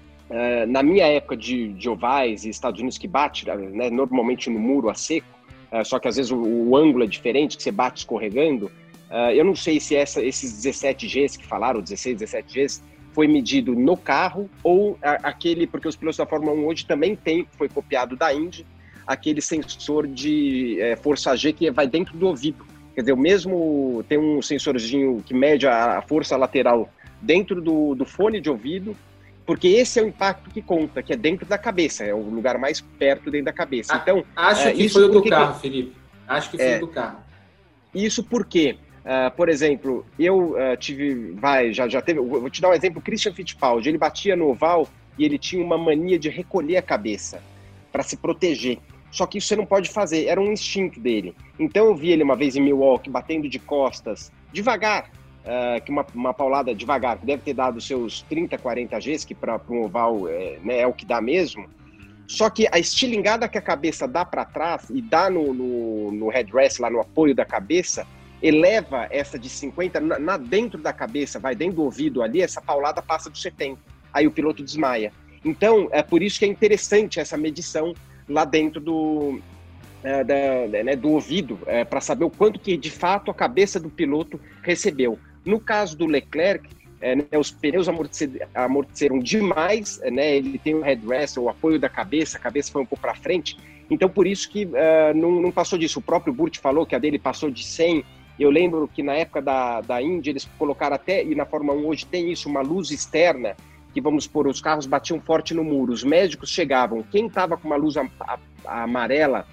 É, na minha época de, de ovais e Estados Unidos que bate, né, normalmente no muro a seco, uh, só que às vezes o, o ângulo é diferente, que você bate escorregando. Uh, eu não sei se essa, esses dezessete Gs que falaram, dezesseis, dezessete Gs, foi medido no carro ou a, aquele, porque os pilotos da Fórmula um hoje também tem, foi copiado da Indy, aquele sensor de é, força G que vai dentro do ouvido. Quer dizer, o mesmo tem um sensorzinho que mede a, a força lateral dentro do, do fone de ouvido, porque esse é o impacto que conta, que é dentro da cabeça, é o lugar mais perto dentro da cabeça. Então, acho é, que isso foi o do que, carro, Felipe. Acho que foi é, o do carro. Isso porque, uh, por exemplo, eu uh, tive, vai, já, já teve, eu vou te dar um exemplo, Christian Fittipaldi, ele batia no oval e ele tinha uma mania de recolher a cabeça para se proteger. Só que isso você não pode fazer, era um instinto dele. Então eu vi ele uma vez em Milwaukee, batendo de costas, devagar, uh, que uma, uma paulada devagar, que deve ter dado seus trinta, quarenta Gs, que para um oval é, né, é o que dá mesmo. Só que a estilingada que a cabeça dá para trás e dá no, no, no headrest, lá no apoio da cabeça, eleva essa de cinquenta, na, na, dentro da cabeça, vai dentro do ouvido ali, essa paulada passa dos setenta. Aí o piloto desmaia. Então, é por isso que é interessante essa medição lá dentro do, é, da, né, do ouvido, é, para saber o quanto que, de fato, a cabeça do piloto recebeu. No caso do Leclerc, é, né, os pneus amorteceram, amorteceram demais, é, né, ele tem o headrest, o apoio da cabeça, a cabeça foi um pouco para frente, então por isso que uh, não, não passou disso. O próprio Burt falou que a dele passou de cem. Eu lembro que na época da, da Indy eles colocaram até, e na Fórmula um hoje tem isso, uma luz externa, que vamos supor, os carros batiam forte no muro, os médicos chegavam, quem estava com uma luz a, a, a amarela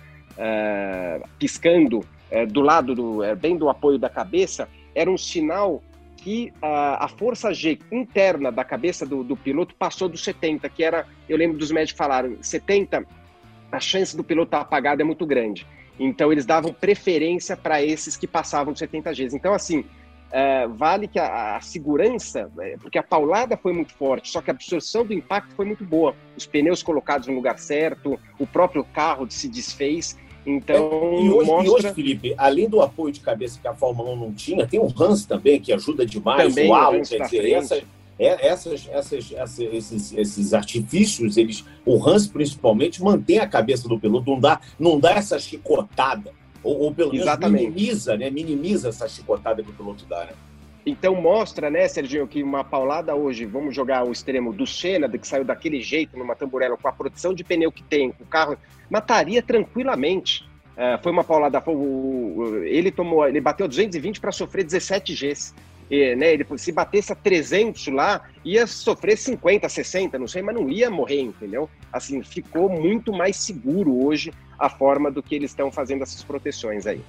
uh, piscando uh, do lado, do, uh, bem do apoio da cabeça, era um sinal que uh, a força G interna da cabeça do, do piloto passou dos setenta, que era, eu lembro dos médicos falaram, setenta, a chance do piloto estar apagado é muito grande. Então eles davam preferência para esses que passavam dos setenta Gs. Então assim, Uh, vale que a, a segurança, porque a paulada foi muito forte, só que a absorção do impacto foi muito boa. Os pneus colocados no lugar certo, o próprio carro se desfez. Então, e, hoje, mostra... e hoje, Felipe, além do apoio de cabeça que a Fórmula um não tinha, tem o Hans também, que ajuda demais. Também o halo, quer dizer, essa, é, essas, essas, essas, esses, esses artifícios, eles, o Hans principalmente, mantém a cabeça do piloto, não dá, não dá essa chicotada. Ou, ou pelo menos Exatamente. minimiza, né? Minimiza essa chicotada que o piloto dá, né? Então mostra, né, Serginho, que uma paulada hoje, vamos jogar o extremo do Senna, que saiu daquele jeito numa tamburela, com a proteção de pneu que tem, o carro mataria tranquilamente. Uh, foi uma paulada, foi, o, ele tomou, ele bateu duzentos e vinte para sofrer dezessete Gs. E, né, ele, se batesse a trezentos lá, ia sofrer cinquenta, sessenta, não sei, mas não ia morrer, entendeu? Assim, ficou muito mais seguro hoje a forma do que eles estão fazendo essas proteções aí.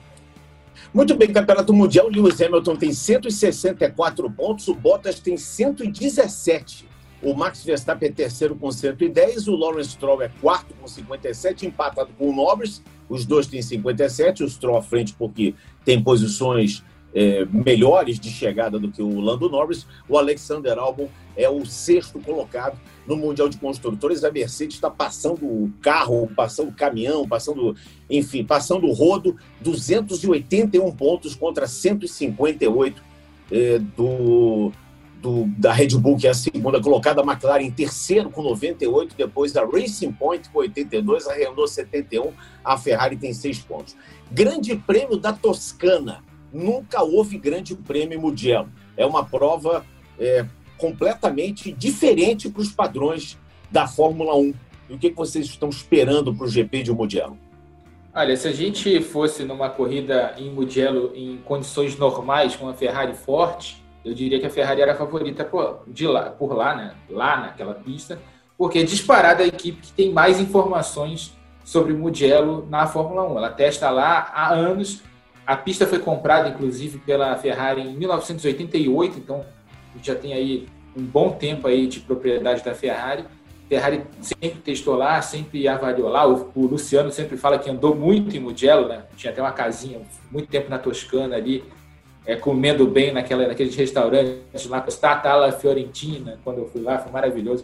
Muito bem, Campeonato Mundial, Lewis Hamilton tem cento e sessenta e quatro pontos, o Bottas tem cento e dezessete. O Max Verstappen é terceiro com cento e dez, o Lawrence Stroll é quarto com cinquenta e sete, empatado com o Norris, os dois têm cinquenta e sete, o Stroll à frente porque tem posições é, melhores de chegada do que o Lando Norris. O Alexander Albon é o sexto colocado no Mundial de Construtores. A Mercedes está passando o carro, passando o caminhão, passando, enfim, passando o rodo, duzentos e oitenta e um pontos contra cento e cinquenta e oito é, do, do, da Red Bull, que é a segunda colocada, a McLaren em terceiro com noventa e oito, depois da Racing Point com oitenta e dois, a Renault setenta e um, a Ferrari tem seis pontos. Grande Prêmio da Toscana. Nunca houve Grande Prêmio Mugello. É uma prova é, completamente diferente para os padrões da Fórmula um. E o que vocês estão esperando para o G P de Mugello? Olha, se a gente fosse numa corrida em Mugello em condições normais, com a Ferrari forte, eu diria que a Ferrari era a favorita por, de lá, por lá, né? Lá naquela pista, porque é disparada a equipe que tem mais informações sobre Mugello na Fórmula um. Ela testa lá há anos. A pista foi comprada, inclusive, pela Ferrari em mil novecentos e oitenta e oito, então já tem aí um bom tempo aí de propriedade da Ferrari. A Ferrari sempre testou lá, sempre avaliou lá. O, o Luciano sempre fala que andou muito em Mugello, né? Tinha até uma casinha, muito tempo na Toscana ali, é, comendo bem naquela, naqueles restaurantes lá, Costata alla Fiorentina, quando eu fui lá, foi maravilhoso.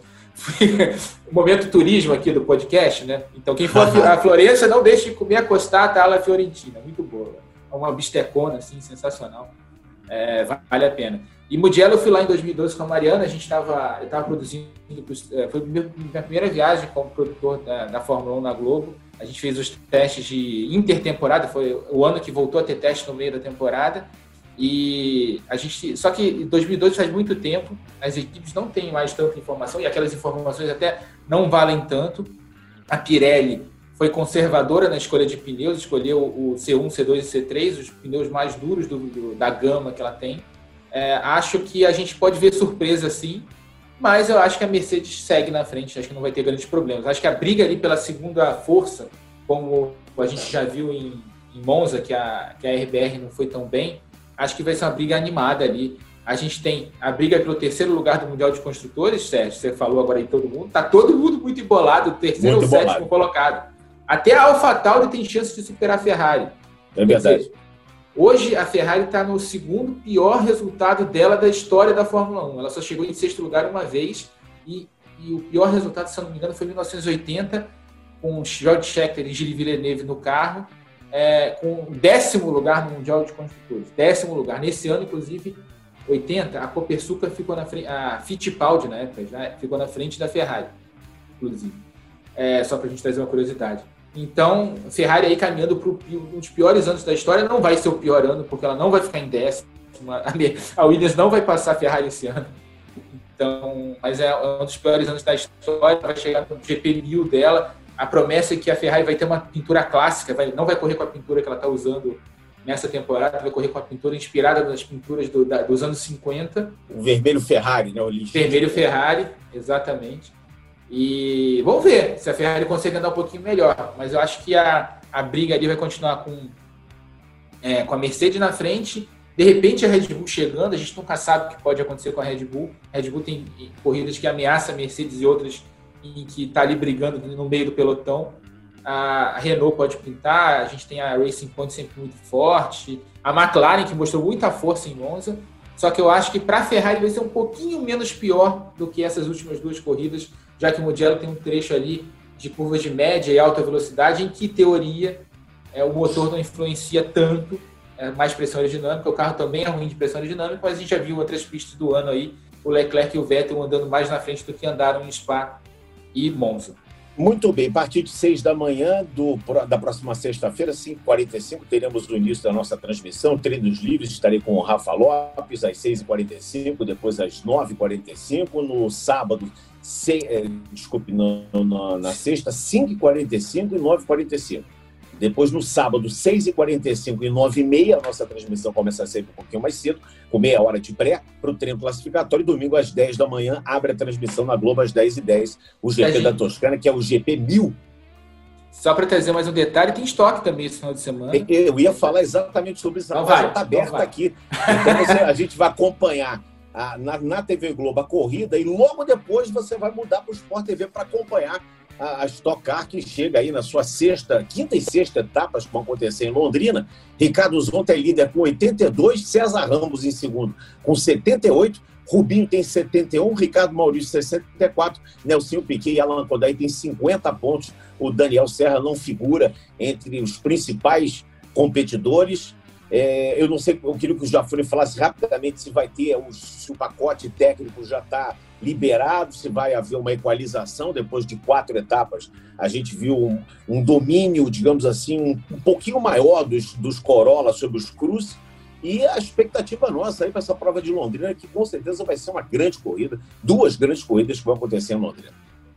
O momento turismo aqui do podcast, né? Então, quem for a Florença, não deixe de comer a Costata alla Fiorentina, muito boa. Uma bistecona, assim, sensacional. É, vale a pena. E Mugello, eu fui lá em dois mil e doze com a Mariana, a gente estava, eu estava produzindo, foi a minha primeira viagem como produtor da, da Fórmula um na Globo, A gente fez os testes de intertemporada, foi o ano que voltou a ter teste no meio da temporada. E a gente, só que em dois mil e doze faz muito tempo, as equipes não têm mais tanta informação e aquelas informações até não valem tanto. A Pirelli foi conservadora na escolha de pneus, escolheu o C um, C dois e C três, os pneus mais duros do, do, da gama que ela tem. É, acho que a gente pode ver surpresa sim, mas eu acho que a Mercedes segue na frente, acho que não vai ter grandes problemas. Acho que a briga ali pela segunda força, como a gente já viu em, em Monza, que a, que a R B R não foi tão bem, acho que vai ser uma briga animada ali. A gente tem a briga pelo terceiro lugar do Mundial de Construtores, Sérgio, você falou agora aí todo mundo, tá todo mundo muito embolado, o terceiro ou sétimo colocado. Até a AlphaTauri tem chance de superar a Ferrari. É verdade. Dizer, hoje a Ferrari está no segundo pior resultado dela da história da Fórmula um. Ela só chegou em sexto lugar uma vez e, e o pior resultado, se eu não me engano, foi em mil novecentos e oitenta, com George Scheckter e Gilles Villeneuve no carro, é, com décimo lugar no Mundial de Construtores. Décimo lugar. Nesse ano, inclusive, oitenta, a Copersucar ficou na frente, a Fittipaldi, na época, já ficou na frente da Ferrari, inclusive. É, só para a gente trazer uma curiosidade. Então, a Ferrari aí caminhando para um dos piores anos da história, não vai ser o pior ano, porque ela não vai ficar em décimo, a Williams não vai passar a Ferrari esse ano. Então, mas é um dos piores anos da história, vai chegar no G P mil dela. A promessa é que a Ferrari vai ter uma pintura clássica, vai, não vai correr com a pintura que ela está usando nessa temporada, vai correr com a pintura inspirada nas pinturas do, da, dos anos cinquenta. O vermelho Ferrari, né? O vermelho Ferrari, exatamente. E vamos ver se a Ferrari consegue andar um pouquinho melhor, mas eu acho que a, a briga ali vai continuar com, é, com a Mercedes na frente, de repente a Red Bull chegando, a gente nunca sabe o que pode acontecer com a Red Bull. A Red Bull tem corridas que ameaçam a Mercedes e outras em que está ali brigando no meio do pelotão. A Renault pode pintar, a gente tem a Racing Point sempre muito forte, a McLaren que mostrou muita força em Monza, só que eu acho que para a Ferrari vai ser um pouquinho menos pior do que essas últimas duas corridas, já que o Mugello tem um trecho ali de curvas de média e alta velocidade, em que, teoria, é, o motor não influencia tanto, é, mais pressão aerodinâmica, o carro também é ruim de pressão aerodinâmica, mas a gente já viu outras pistas do ano aí, o Leclerc e o Vettel andando mais na frente do que andaram em Spa e Monza. Muito bem, a partir de seis da manhã do, da próxima sexta-feira, cinco e quarenta e cinco, teremos o início da nossa transmissão, Treinos Livres, estarei com o Rafa Lopes às seis e quarenta e cinco, depois às nove e quarenta e cinco, no sábado, se, eh, desculpe, no, no, na sexta, cinco e quarenta e cinco e nove e quarenta e cinco. Depois, no sábado, seis e quarenta e cinco e nove e meia, a nossa transmissão começa sempre um pouquinho mais cedo, com meia hora de pré, para o treino classificatório. E domingo, às dez da manhã, abre a transmissão na Globo às dez e dez, o G P gente... da Toscana, que é o G P mil. Só para trazer mais um detalhe, tem estoque também esse final de semana. Eu ia falar exatamente sobre isso, mas já está aberta aqui. Então, você, a gente vai acompanhar a, na, na T V Globo a corrida e logo depois você vai mudar para o Sport T V para acompanhar a Stock Car, que chega aí na sua sexta, quinta e sexta etapas que vão acontecer em Londrina. Ricardo Zonta é líder com oitenta e dois, César Ramos em segundo com setenta e oito, Rubinho tem setenta e um, Ricardo Maurício sessenta e quatro, Nelsinho Piquet e Alan Kodaly tem cinquenta pontos. O Daniel Serra não figura entre os principais competidores. É, eu não sei, eu queria que o Jafone falasse rapidamente se vai ter, se o pacote técnico já está liberado, se vai haver uma equalização depois de quatro etapas. A gente viu um, um domínio, digamos assim, um, um pouquinho maior dos, dos Corolla sobre os Cruz, e a expectativa nossa aí para essa prova de Londrina, que com certeza vai ser uma grande corrida, duas grandes corridas que vão acontecer em Londrina.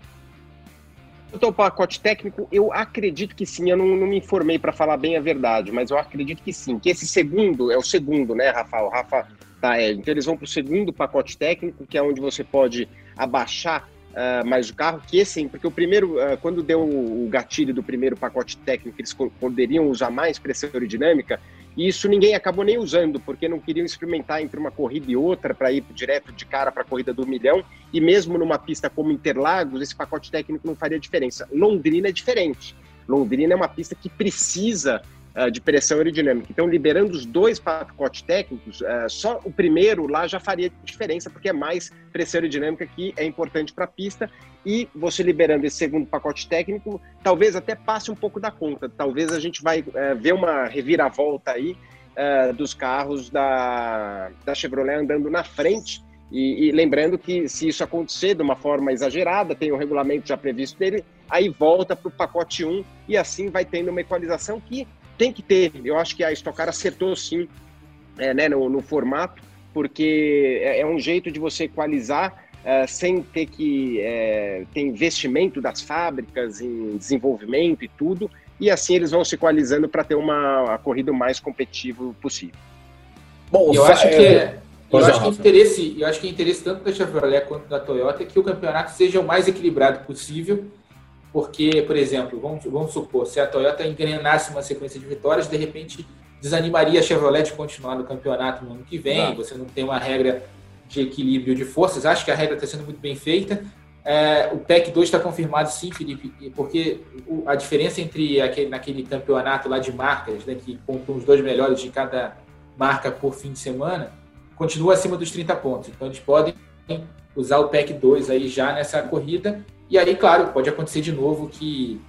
Quanto ao pacote técnico, eu acredito que sim, eu não, não me informei para falar bem a verdade, mas eu acredito que sim, que esse segundo, é o segundo, né, Rafa? O Rafa tá, é, então eles vão para o segundo pacote técnico, que é onde você pode abaixar uh, mais o carro, que esse, porque o primeiro, uh, quando deu o gatilho do primeiro pacote técnico, eles poderiam usar mais pressão aerodinâmica, e isso ninguém acabou nem usando, porque não queriam experimentar entre uma corrida e outra para ir direto de cara para a corrida do milhão, e mesmo numa pista como Interlagos, esse pacote técnico não faria diferença. Londrina é diferente. Londrina é uma pista que precisa uh, de pressão aerodinâmica. Então, liberando os dois pacotes técnicos, uh, só o primeiro lá já faria diferença, porque é mais pressão aerodinâmica que é importante para a pista, e você liberando esse segundo pacote técnico, talvez até passe um pouco da conta. Talvez a gente vai uh, ver uma reviravolta aí uh, dos carros da, da Chevrolet andando na frente, E, e lembrando que se isso acontecer de uma forma exagerada, tem um regulamento já previsto dele, aí volta para o pacote um e assim vai tendo uma equalização que tem que ter. Eu acho que a Stock Car acertou sim é, né, no, no formato, porque é, é um jeito de você equalizar é, sem ter que é, ter investimento das fábricas em desenvolvimento e tudo, e assim eles vão se equalizando para ter uma a corrida o mais competitiva possível. Bom, eu acho que é... Eu acho, que é interesse, eu acho que é interesse tanto da Chevrolet quanto da Toyota que o campeonato seja o mais equilibrado possível, porque, por exemplo, vamos, vamos supor, se a Toyota engrenasse uma sequência de vitórias, de repente desanimaria a Chevrolet de continuar no campeonato no ano que vem, ah. você não tem uma regra de equilíbrio de forças, acho que a regra está sendo muito bem feita. É, o P E C dois está confirmado sim, Felipe, porque a diferença entre aquele, naquele campeonato lá de marcas, né, que pontuam os dois melhores de cada marca por fim de semana, continua acima dos trinta pontos. Então, eles podem usar o P E C dois aí já nessa corrida. E aí, claro, pode acontecer de novo que,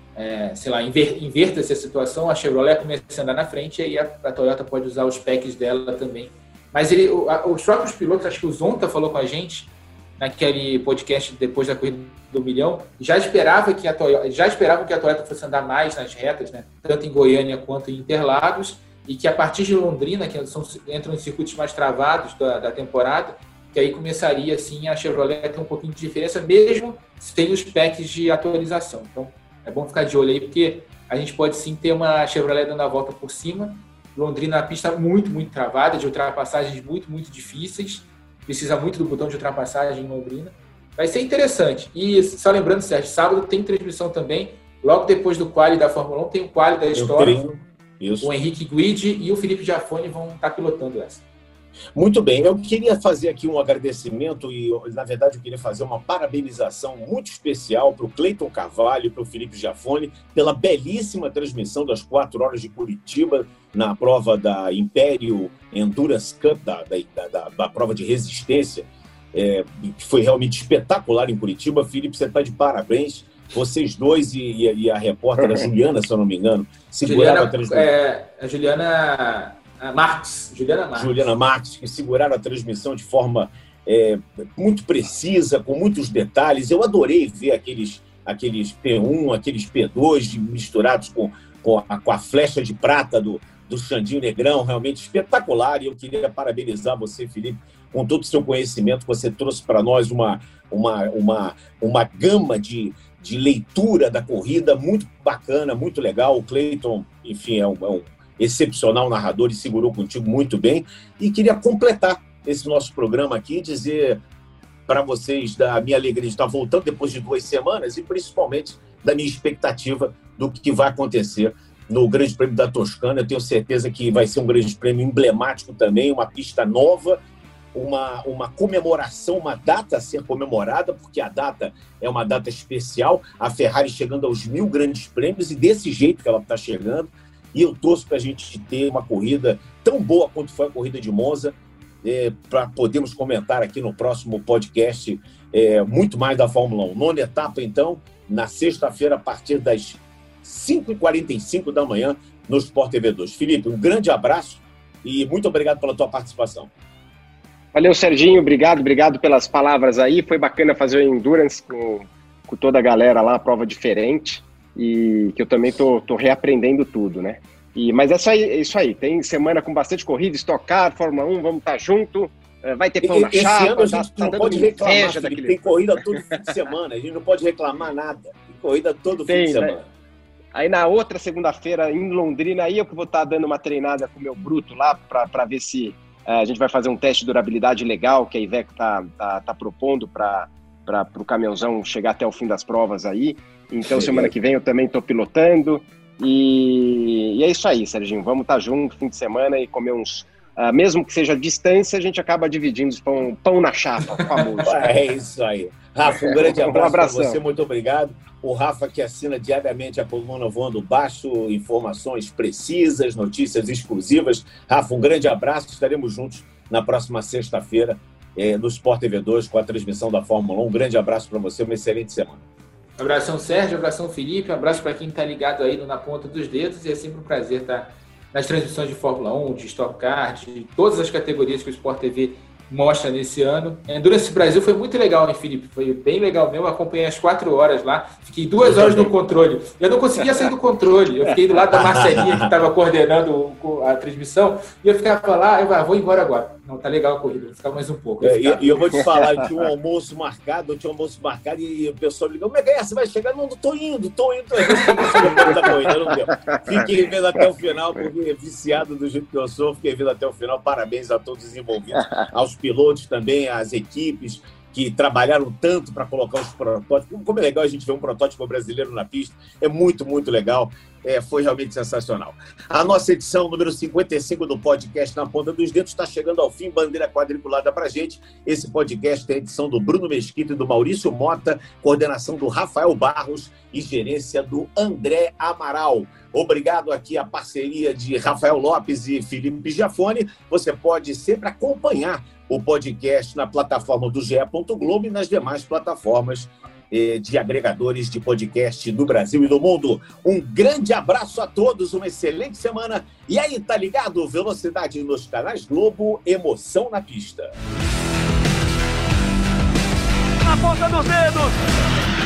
é, sei lá, inver, inverta-se a situação, a Chevrolet começa a andar na frente e aí a, a Toyota pode usar os P E Cs dela também. Mas ele, a, os próprios pilotos, acho que o Zonta falou com a gente naquele podcast depois da corrida do milhão, já esperava que a Toyota, já esperavam que a Toyota fosse andar mais nas retas, né, tanto em Goiânia quanto em Interlagos, e que a partir de Londrina, que são, entram em circuitos mais travados da, da temporada, que aí começaria assim, a Chevrolet a ter um pouquinho de diferença, mesmo sem os P E Cs de atualização. Então, é bom ficar de olho aí, porque a gente pode sim ter uma Chevrolet dando a volta por cima. Londrina, a pista muito, muito travada, de ultrapassagens muito, muito difíceis. Precisa muito do botão de ultrapassagem em Londrina. Vai ser interessante. E só lembrando, Sérgio, sábado tem transmissão também. Logo depois do quali da Fórmula um, tem o quali da história. Isso. O Henrique Guidi e o Felipe Giafone vão estar pilotando essa. Muito bem, eu queria fazer aqui um agradecimento e, na verdade, eu queria fazer uma parabenização muito especial para o Cleiton Carvalho e para o Felipe Giafone pela belíssima transmissão das quatro horas de Curitiba na prova da Império Endurance Cup, da, da, da, da prova de resistência, é, que foi realmente espetacular em Curitiba. Felipe, você está de parabéns. Vocês dois e, e, e a repórter, a Juliana, se eu não me engano, seguraram Juliana, a transmissão. É, a Juliana a Marques. Juliana Marques. Juliana Marques, que seguraram a transmissão de forma é, muito precisa, com muitos detalhes. Eu adorei ver aqueles, aqueles P um, aqueles P dois misturados com, com, a, com a flecha de prata do, do Xandinho Negrão, realmente espetacular. E eu queria parabenizar você, Felipe, com todo o seu conhecimento. Você trouxe para nós uma, uma, uma, uma gama de de leitura da corrida, muito bacana, muito legal. O Cleiton, enfim, é um, é um excepcional narrador e segurou contigo muito bem. E queria completar esse nosso programa aqui, dizer para vocês da minha alegria de estar voltando depois de duas semanas e principalmente da minha expectativa do que vai acontecer no Grande Prêmio da Toscana. Eu tenho certeza que vai ser um grande prêmio emblemático também, uma pista nova, Uma, uma comemoração, uma data a ser comemorada, porque a data é uma data especial, a Ferrari chegando aos mil grandes prêmios e desse jeito que ela está chegando, e eu torço para a gente ter uma corrida tão boa quanto foi a corrida de Monza, é, para podermos comentar aqui no próximo podcast é, muito mais da Fórmula um. Nona etapa, então, na sexta-feira, a partir das cinco e quarenta e cinco da manhã, no Sport T V dois. Felipe, um grande abraço e muito obrigado pela tua participação. Valeu, Serginho, obrigado, obrigado pelas palavras aí, foi bacana fazer o Endurance com, com toda a galera lá, prova diferente, e que eu também tô, tô reaprendendo tudo, né? E, mas é isso aí, é isso aí, tem semana com bastante corrida, Stock Car, Fórmula um, vamos estar tá junto, vai ter pão na Esse chapa, ano a gente tá, não tá pode reclamar, inveja Felipe, daquele... tem corrida todo fim de semana, a gente não pode reclamar nada, tem corrida todo tem, fim de semana. Né? Aí na outra segunda-feira, em Londrina, aí eu que vou estar tá dando uma treinada com o meu bruto lá, para ver se a gente vai fazer um teste de durabilidade legal que a Iveco está tá, tá propondo para o caminhãozão chegar até o fim das provas aí. Então, semana que vem eu também estou pilotando. E, e é isso aí, Serginho. Vamos estar tá junto fim de semana e comer uns... Uh, mesmo que seja distância, a gente acaba dividindo os pão, pão na chapa, famoso. É isso aí. Rafa, um grande abraço um para você. Muito obrigado. O Rafa que assina diariamente a coluna Voando Baixo, informações precisas, notícias exclusivas. Rafa, um grande abraço. Estaremos juntos na próxima sexta-feira é, no Sport T V dois com a transmissão da Fórmula um. Um grande abraço para você, uma excelente semana. Abração, Sérgio, abração, Felipe, abraço para quem está ligado aí na ponta dos dedos e é sempre um prazer estar nas transmissões de Fórmula um, de Stock Car, de todas as categorias que o Sport T V mostra nesse ano. A Endurance Brasil foi muito legal, hein, Felipe? Foi bem legal mesmo. Acompanhei as quatro horas lá. Fiquei duas horas no controle. Eu não conseguia sair do controle. Eu fiquei do lado da Marcelinha, que estava coordenando a transmissão, e eu ficava lá, eu vou embora agora. Não, tá legal a corrida, vou ficar mais um pouco. E eu, eu vou te falar, eu tinha um almoço marcado, eu tinha um almoço marcado, e o pessoal me ligou, como é que é? Você vai chegar? Não, tô indo, tô indo. Eu não deu. Fiquei vendo até o final, porque viciado do jeito que eu sou, fiquei vendo até o final. Parabéns a todos os envolvidos, aos pilotos também, às equipes que trabalharam tanto para colocar os protótipos. Como é legal a gente ver um protótipo brasileiro na pista, é muito, muito legal. É, foi realmente sensacional. A nossa edição número cinquenta e cinco do podcast Na Ponta dos Dedos está chegando ao fim, bandeira quadriculada para a gente. Esse podcast tem a edição do Bruno Mesquita e do Maurício Mota, coordenação do Rafael Barros e gerência do André Amaral. Obrigado aqui à parceria de Rafael Lopes e Felipe Giafone. Você pode sempre acompanhar o podcast na plataforma do G E. Globo e nas demais plataformas de agregadores de podcast do Brasil e do mundo. Um grande abraço a todos, uma excelente semana. E aí, tá ligado? Velocidade nos canais Globo, emoção na pista. Na ponta dos dedos!